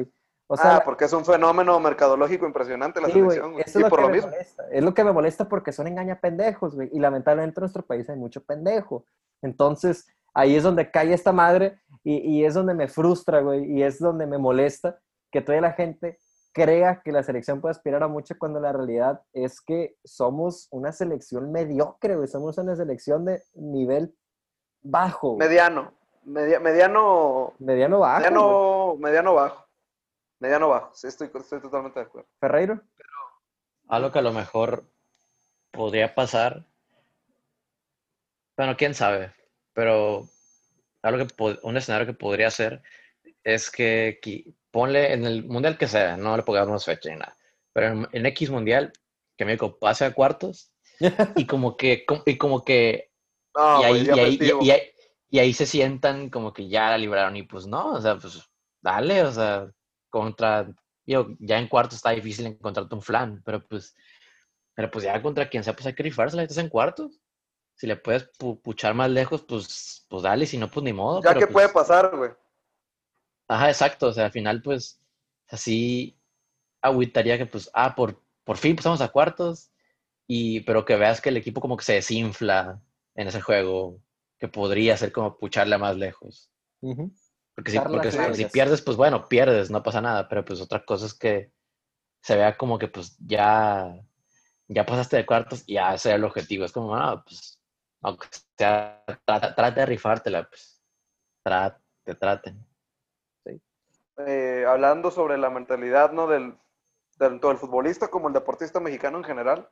O sea, Ah, la- porque es un fenómeno mercadológico impresionante la sí, güey, selección, güey. eso Y es lo por que lo me mismo. molesta. Es lo que me molesta porque son engañapendejos, güey. Y lamentablemente en nuestro país hay mucho pendejo. Entonces, ahí es donde cae esta madre y, y es donde me frustra, güey. Y es donde me molesta que toda la gente crea que la selección puede aspirar a mucho cuando la realidad es que somos una selección mediocre, güey. Somos una selección de nivel bajo, güey. Mediano. Media- mediano. Mediano bajo, güey. Mediano. Mediano bajo. Mediano bajo. Sí, estoy, estoy totalmente de acuerdo. Ferreiro. Algo que a lo mejor podría pasar, bueno, quién sabe, pero algo que po- un escenario que podría ser es que qui- ponle en el mundial que sea, no le pongamos fecha ni nada, pero en, en X mundial que México pase a cuartos y como que com- y como que y No, güey, ahí ya y ahí, y, festivo. y ahí y ahí se sientan como que ya la libraron y pues no, o sea, pues dale, o sea, contra yo ya en cuartos está difícil encontrarte un flan, pero pues pero pues ya contra quien sea pues hay que rifársela, estás en cuartos. Si le puedes pu- puchar más lejos, pues, pues dale, si no, pues ni modo, Ya pero que puede pues, pasar, güey. ajá, exacto, o sea, al final, pues, así agüitaría que, pues, ah, por, por fin pasamos a cuartos, y, pero que veas que el equipo como que se desinfla en ese juego, que podría ser como pucharle más lejos. Ujú. Porque si, Dar porque, las Sí. porque si largas. pierdes, pues bueno, pierdes, no pasa nada, pero pues otra cosa es que se vea como que pues ya, ya pasaste de cuartos y ya ese era el objetivo. Es como, ah, pues, aunque sea, trata, trata de rifártela, pues, trate, te traten. Sí. Eh, hablando sobre la mentalidad, ¿no? Del, tanto del futbolista como el deportista mexicano en general.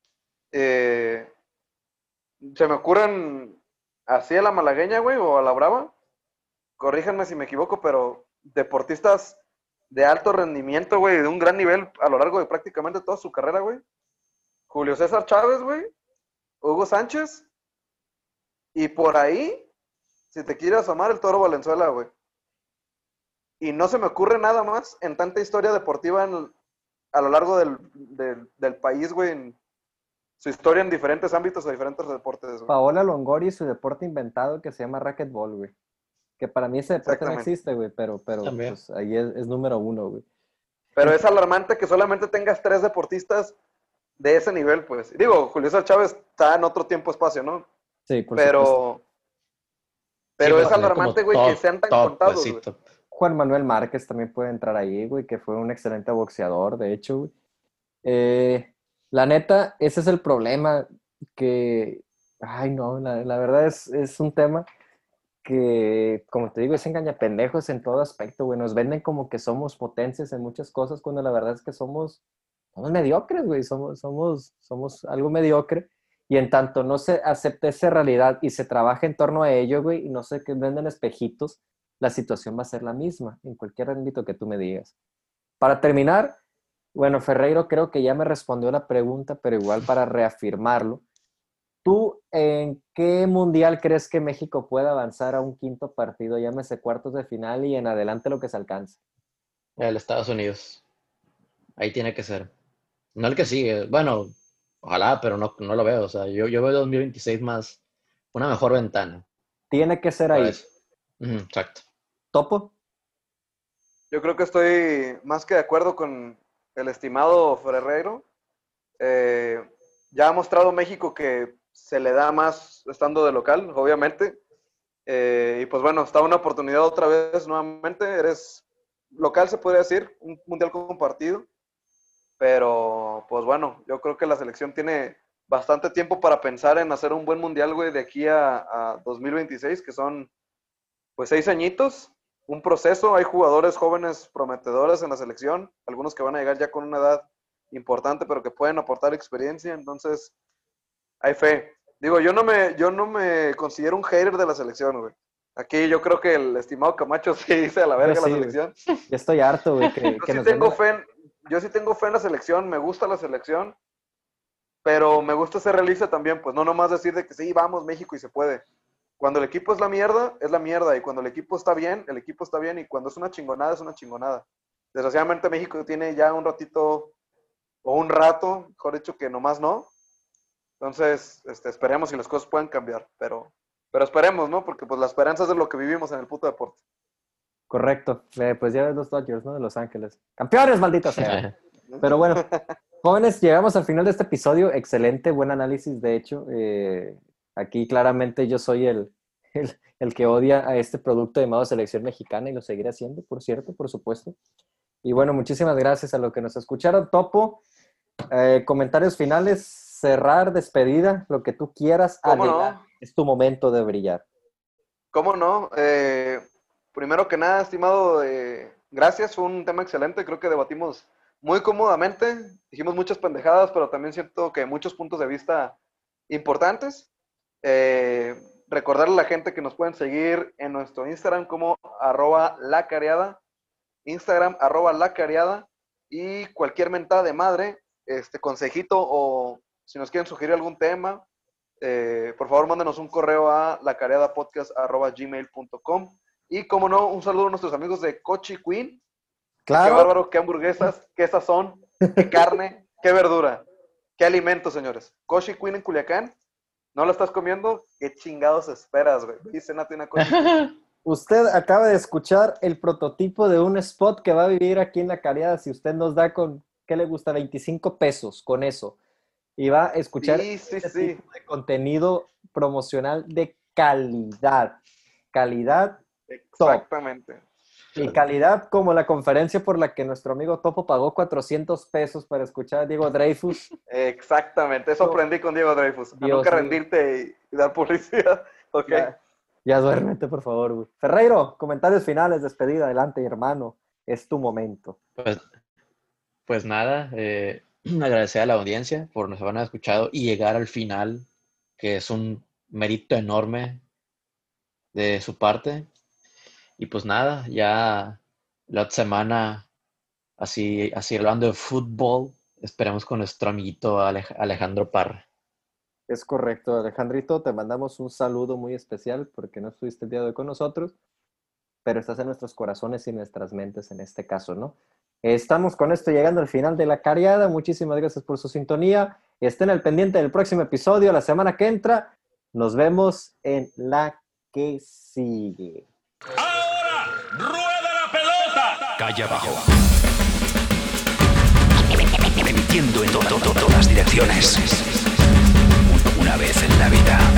Eh, se me ocurren así a la malagueña, güey, o a la brava. Corríjanme si me equivoco, pero deportistas de alto rendimiento, güey, de un gran nivel a lo largo de prácticamente toda su carrera, güey. Julio César Chávez, güey. Hugo Sánchez. Y por ahí, si te quieres asomar, el Toro Valenzuela, güey. Y no se me ocurre nada más en tanta historia deportiva en, a lo largo del, del, del país, güey, en su historia en diferentes ámbitos o diferentes deportes, güey. Paola Longoria y su deporte inventado que se llama racquetball, güey. Que para mí ese deporte no Exactamente. existe, güey, pero, pero También. pues ahí es, es número uno, güey. Pero El- es alarmante que solamente tengas tres deportistas de ese nivel, pues. Digo, Julio César Chávez está en otro tiempo-espacio, ¿no? sí, por supuesto. Pero, Sí, pero pero es también como alarmante, güey, que top, sean tan top, pues contados, sí, güey. top. Juan Manuel Márquez también puede entrar ahí, güey, que fue un excelente boxeador, de hecho, güey. Eh, la neta, ese es el problema que, ay, no, la, la verdad es, es un tema que, como te digo, es engañapendejos en todo aspecto, güey. Nos venden como que somos potencias en muchas cosas, cuando la verdad es que somos, somos mediocres, güey. Somos, somos, somos algo mediocre. Y en tanto no se acepte esa realidad y se trabaja en torno a ello, güey, y no se que venden espejitos, la situación va a ser la misma en cualquier ámbito que tú me digas. Para terminar, bueno, Ferreiro creo que ya me respondió la pregunta, pero igual para reafirmarlo. ¿Tú en qué mundial crees que México pueda avanzar a un quinto partido, llámese cuartos de final y en adelante lo que se alcance? El Estados Unidos. Ahí tiene que ser. No el que sigue. Bueno, ojalá, pero no, no lo veo. O sea, yo, yo veo dos mil veintiséis más una mejor ventana Tiene que ser para ahí. eso. Ujú, exacto. ¿Topo? Yo creo que estoy más que de acuerdo con el estimado Ferreiro. Eh, ya ha mostrado México que se le da más estando de local, obviamente. Eh, y pues bueno, está una oportunidad otra vez nuevamente. Eres local, se puede decir, un mundial compartido. Pero pues bueno, yo creo que la selección tiene bastante tiempo para pensar en hacer un buen mundial, güey, de aquí a, a dos mil veintiséis, que son pues seis añitos, un proceso. Hay jugadores jóvenes prometedores en la selección, algunos que van a llegar ya con una edad importante, pero que pueden aportar experiencia. Entonces, hay fe. Digo, yo no me, yo no me considero un hater de la selección, güey. Aquí yo creo que el estimado Camacho sí dice a la Yo verga la sí, güey. selección. Ya estoy harto, güey, que, Yo que sí nos tengo venden. fe en, yo sí tengo fe en la selección, me gusta la selección, pero me gusta ser realista también, pues no nomás decir de que sí, vamos México y se puede. Cuando el equipo es la mierda, es la mierda, y cuando el equipo está bien, el equipo está bien, y cuando es una chingonada, es una chingonada. Desgraciadamente México tiene ya un ratito, o un rato, mejor dicho, que nomás no. Entonces, este, esperemos si las cosas puedan cambiar, pero, pero esperemos, ¿no? Porque pues la esperanza es de lo que vivimos en el puto deporte. Correcto. Eh, pues ya ves los Dodgers, ¿no? De Los Ángeles. ¡Campeones, maldita sea! Pero bueno, jóvenes, llegamos al final de este episodio. Excelente, buen análisis, de hecho. Eh, aquí claramente yo soy el, el, el que odia a este producto llamado Selección Mexicana y lo seguiré haciendo, por cierto, por supuesto. Y bueno, muchísimas gracias a los que nos escucharon. Topo, eh, comentarios finales, cerrar, despedida, lo que tú quieras. ¿Cómo Adelante. no? Es tu momento de brillar. ¿Cómo no? Eh, primero que nada, estimado, eh, gracias, fue un tema excelente, creo que debatimos muy cómodamente, dijimos muchas pendejadas, pero también siento que muchos puntos de vista importantes. Eh, recordarle a la gente que nos pueden seguir en nuestro Instagram como arroba lacareada, Instagram arroba lacareada, y cualquier mentada de madre, este consejito o si nos quieren sugerir algún tema, eh, por favor mándenos un correo a lacareadapodcast arroba gmail punto com. Y como no, un saludo a nuestros amigos de Cochi Queen. Claro. Qué bárbaro, qué hamburguesas, qué sazón, qué carne, qué verdura, qué alimentos, señores. Cochi Queen en Culiacán, ¿no lo estás comiendo? ¿Qué chingados esperas, güey? Dice Nati una Cochi Queen. Usted acaba de escuchar el prototipo de un spot que va a vivir aquí en La Careada. Si usted nos da con, ¿qué le gusta? veinticinco pesos con eso. Y va a escuchar Sí, sí, este sí. tipo de contenido promocional de calidad. Calidad top. Exactamente. Y calidad como la conferencia por la que nuestro amigo Topo pagó cuatrocientos pesos para escuchar a Diego Dreyfus. Exactamente. Eso aprendí con Diego Dreyfus. A Dios nunca mío. rendirte y, y dar publicidad. Ok. Ya, ya duérmete, por favor, güey. Ferreiro, comentarios finales, despedida. Adelante, hermano. Es tu momento. Pues, pues nada, eh, agradecer a la audiencia por nos haber escuchado y llegar al final, que es un mérito enorme de su parte. Y pues nada, ya la otra semana, así, así hablando de fútbol, esperemos con nuestro amiguito Alej- Alejandro Parra. Es correcto, Alejandrito. Te mandamos un saludo muy especial porque no estuviste el día de hoy con nosotros, pero estás en nuestros corazones y nuestras mentes en este caso, ¿no? Estamos con esto llegando al final de La Careada. Muchísimas gracias por su sintonía. Estén al pendiente del próximo episodio la semana que entra. Nos vemos en la que sigue. ¡Ahora! ¡Rueda la pelota! Calle abajo. Emitiendo en to- to- to- todas direcciones. Una vez en la vida.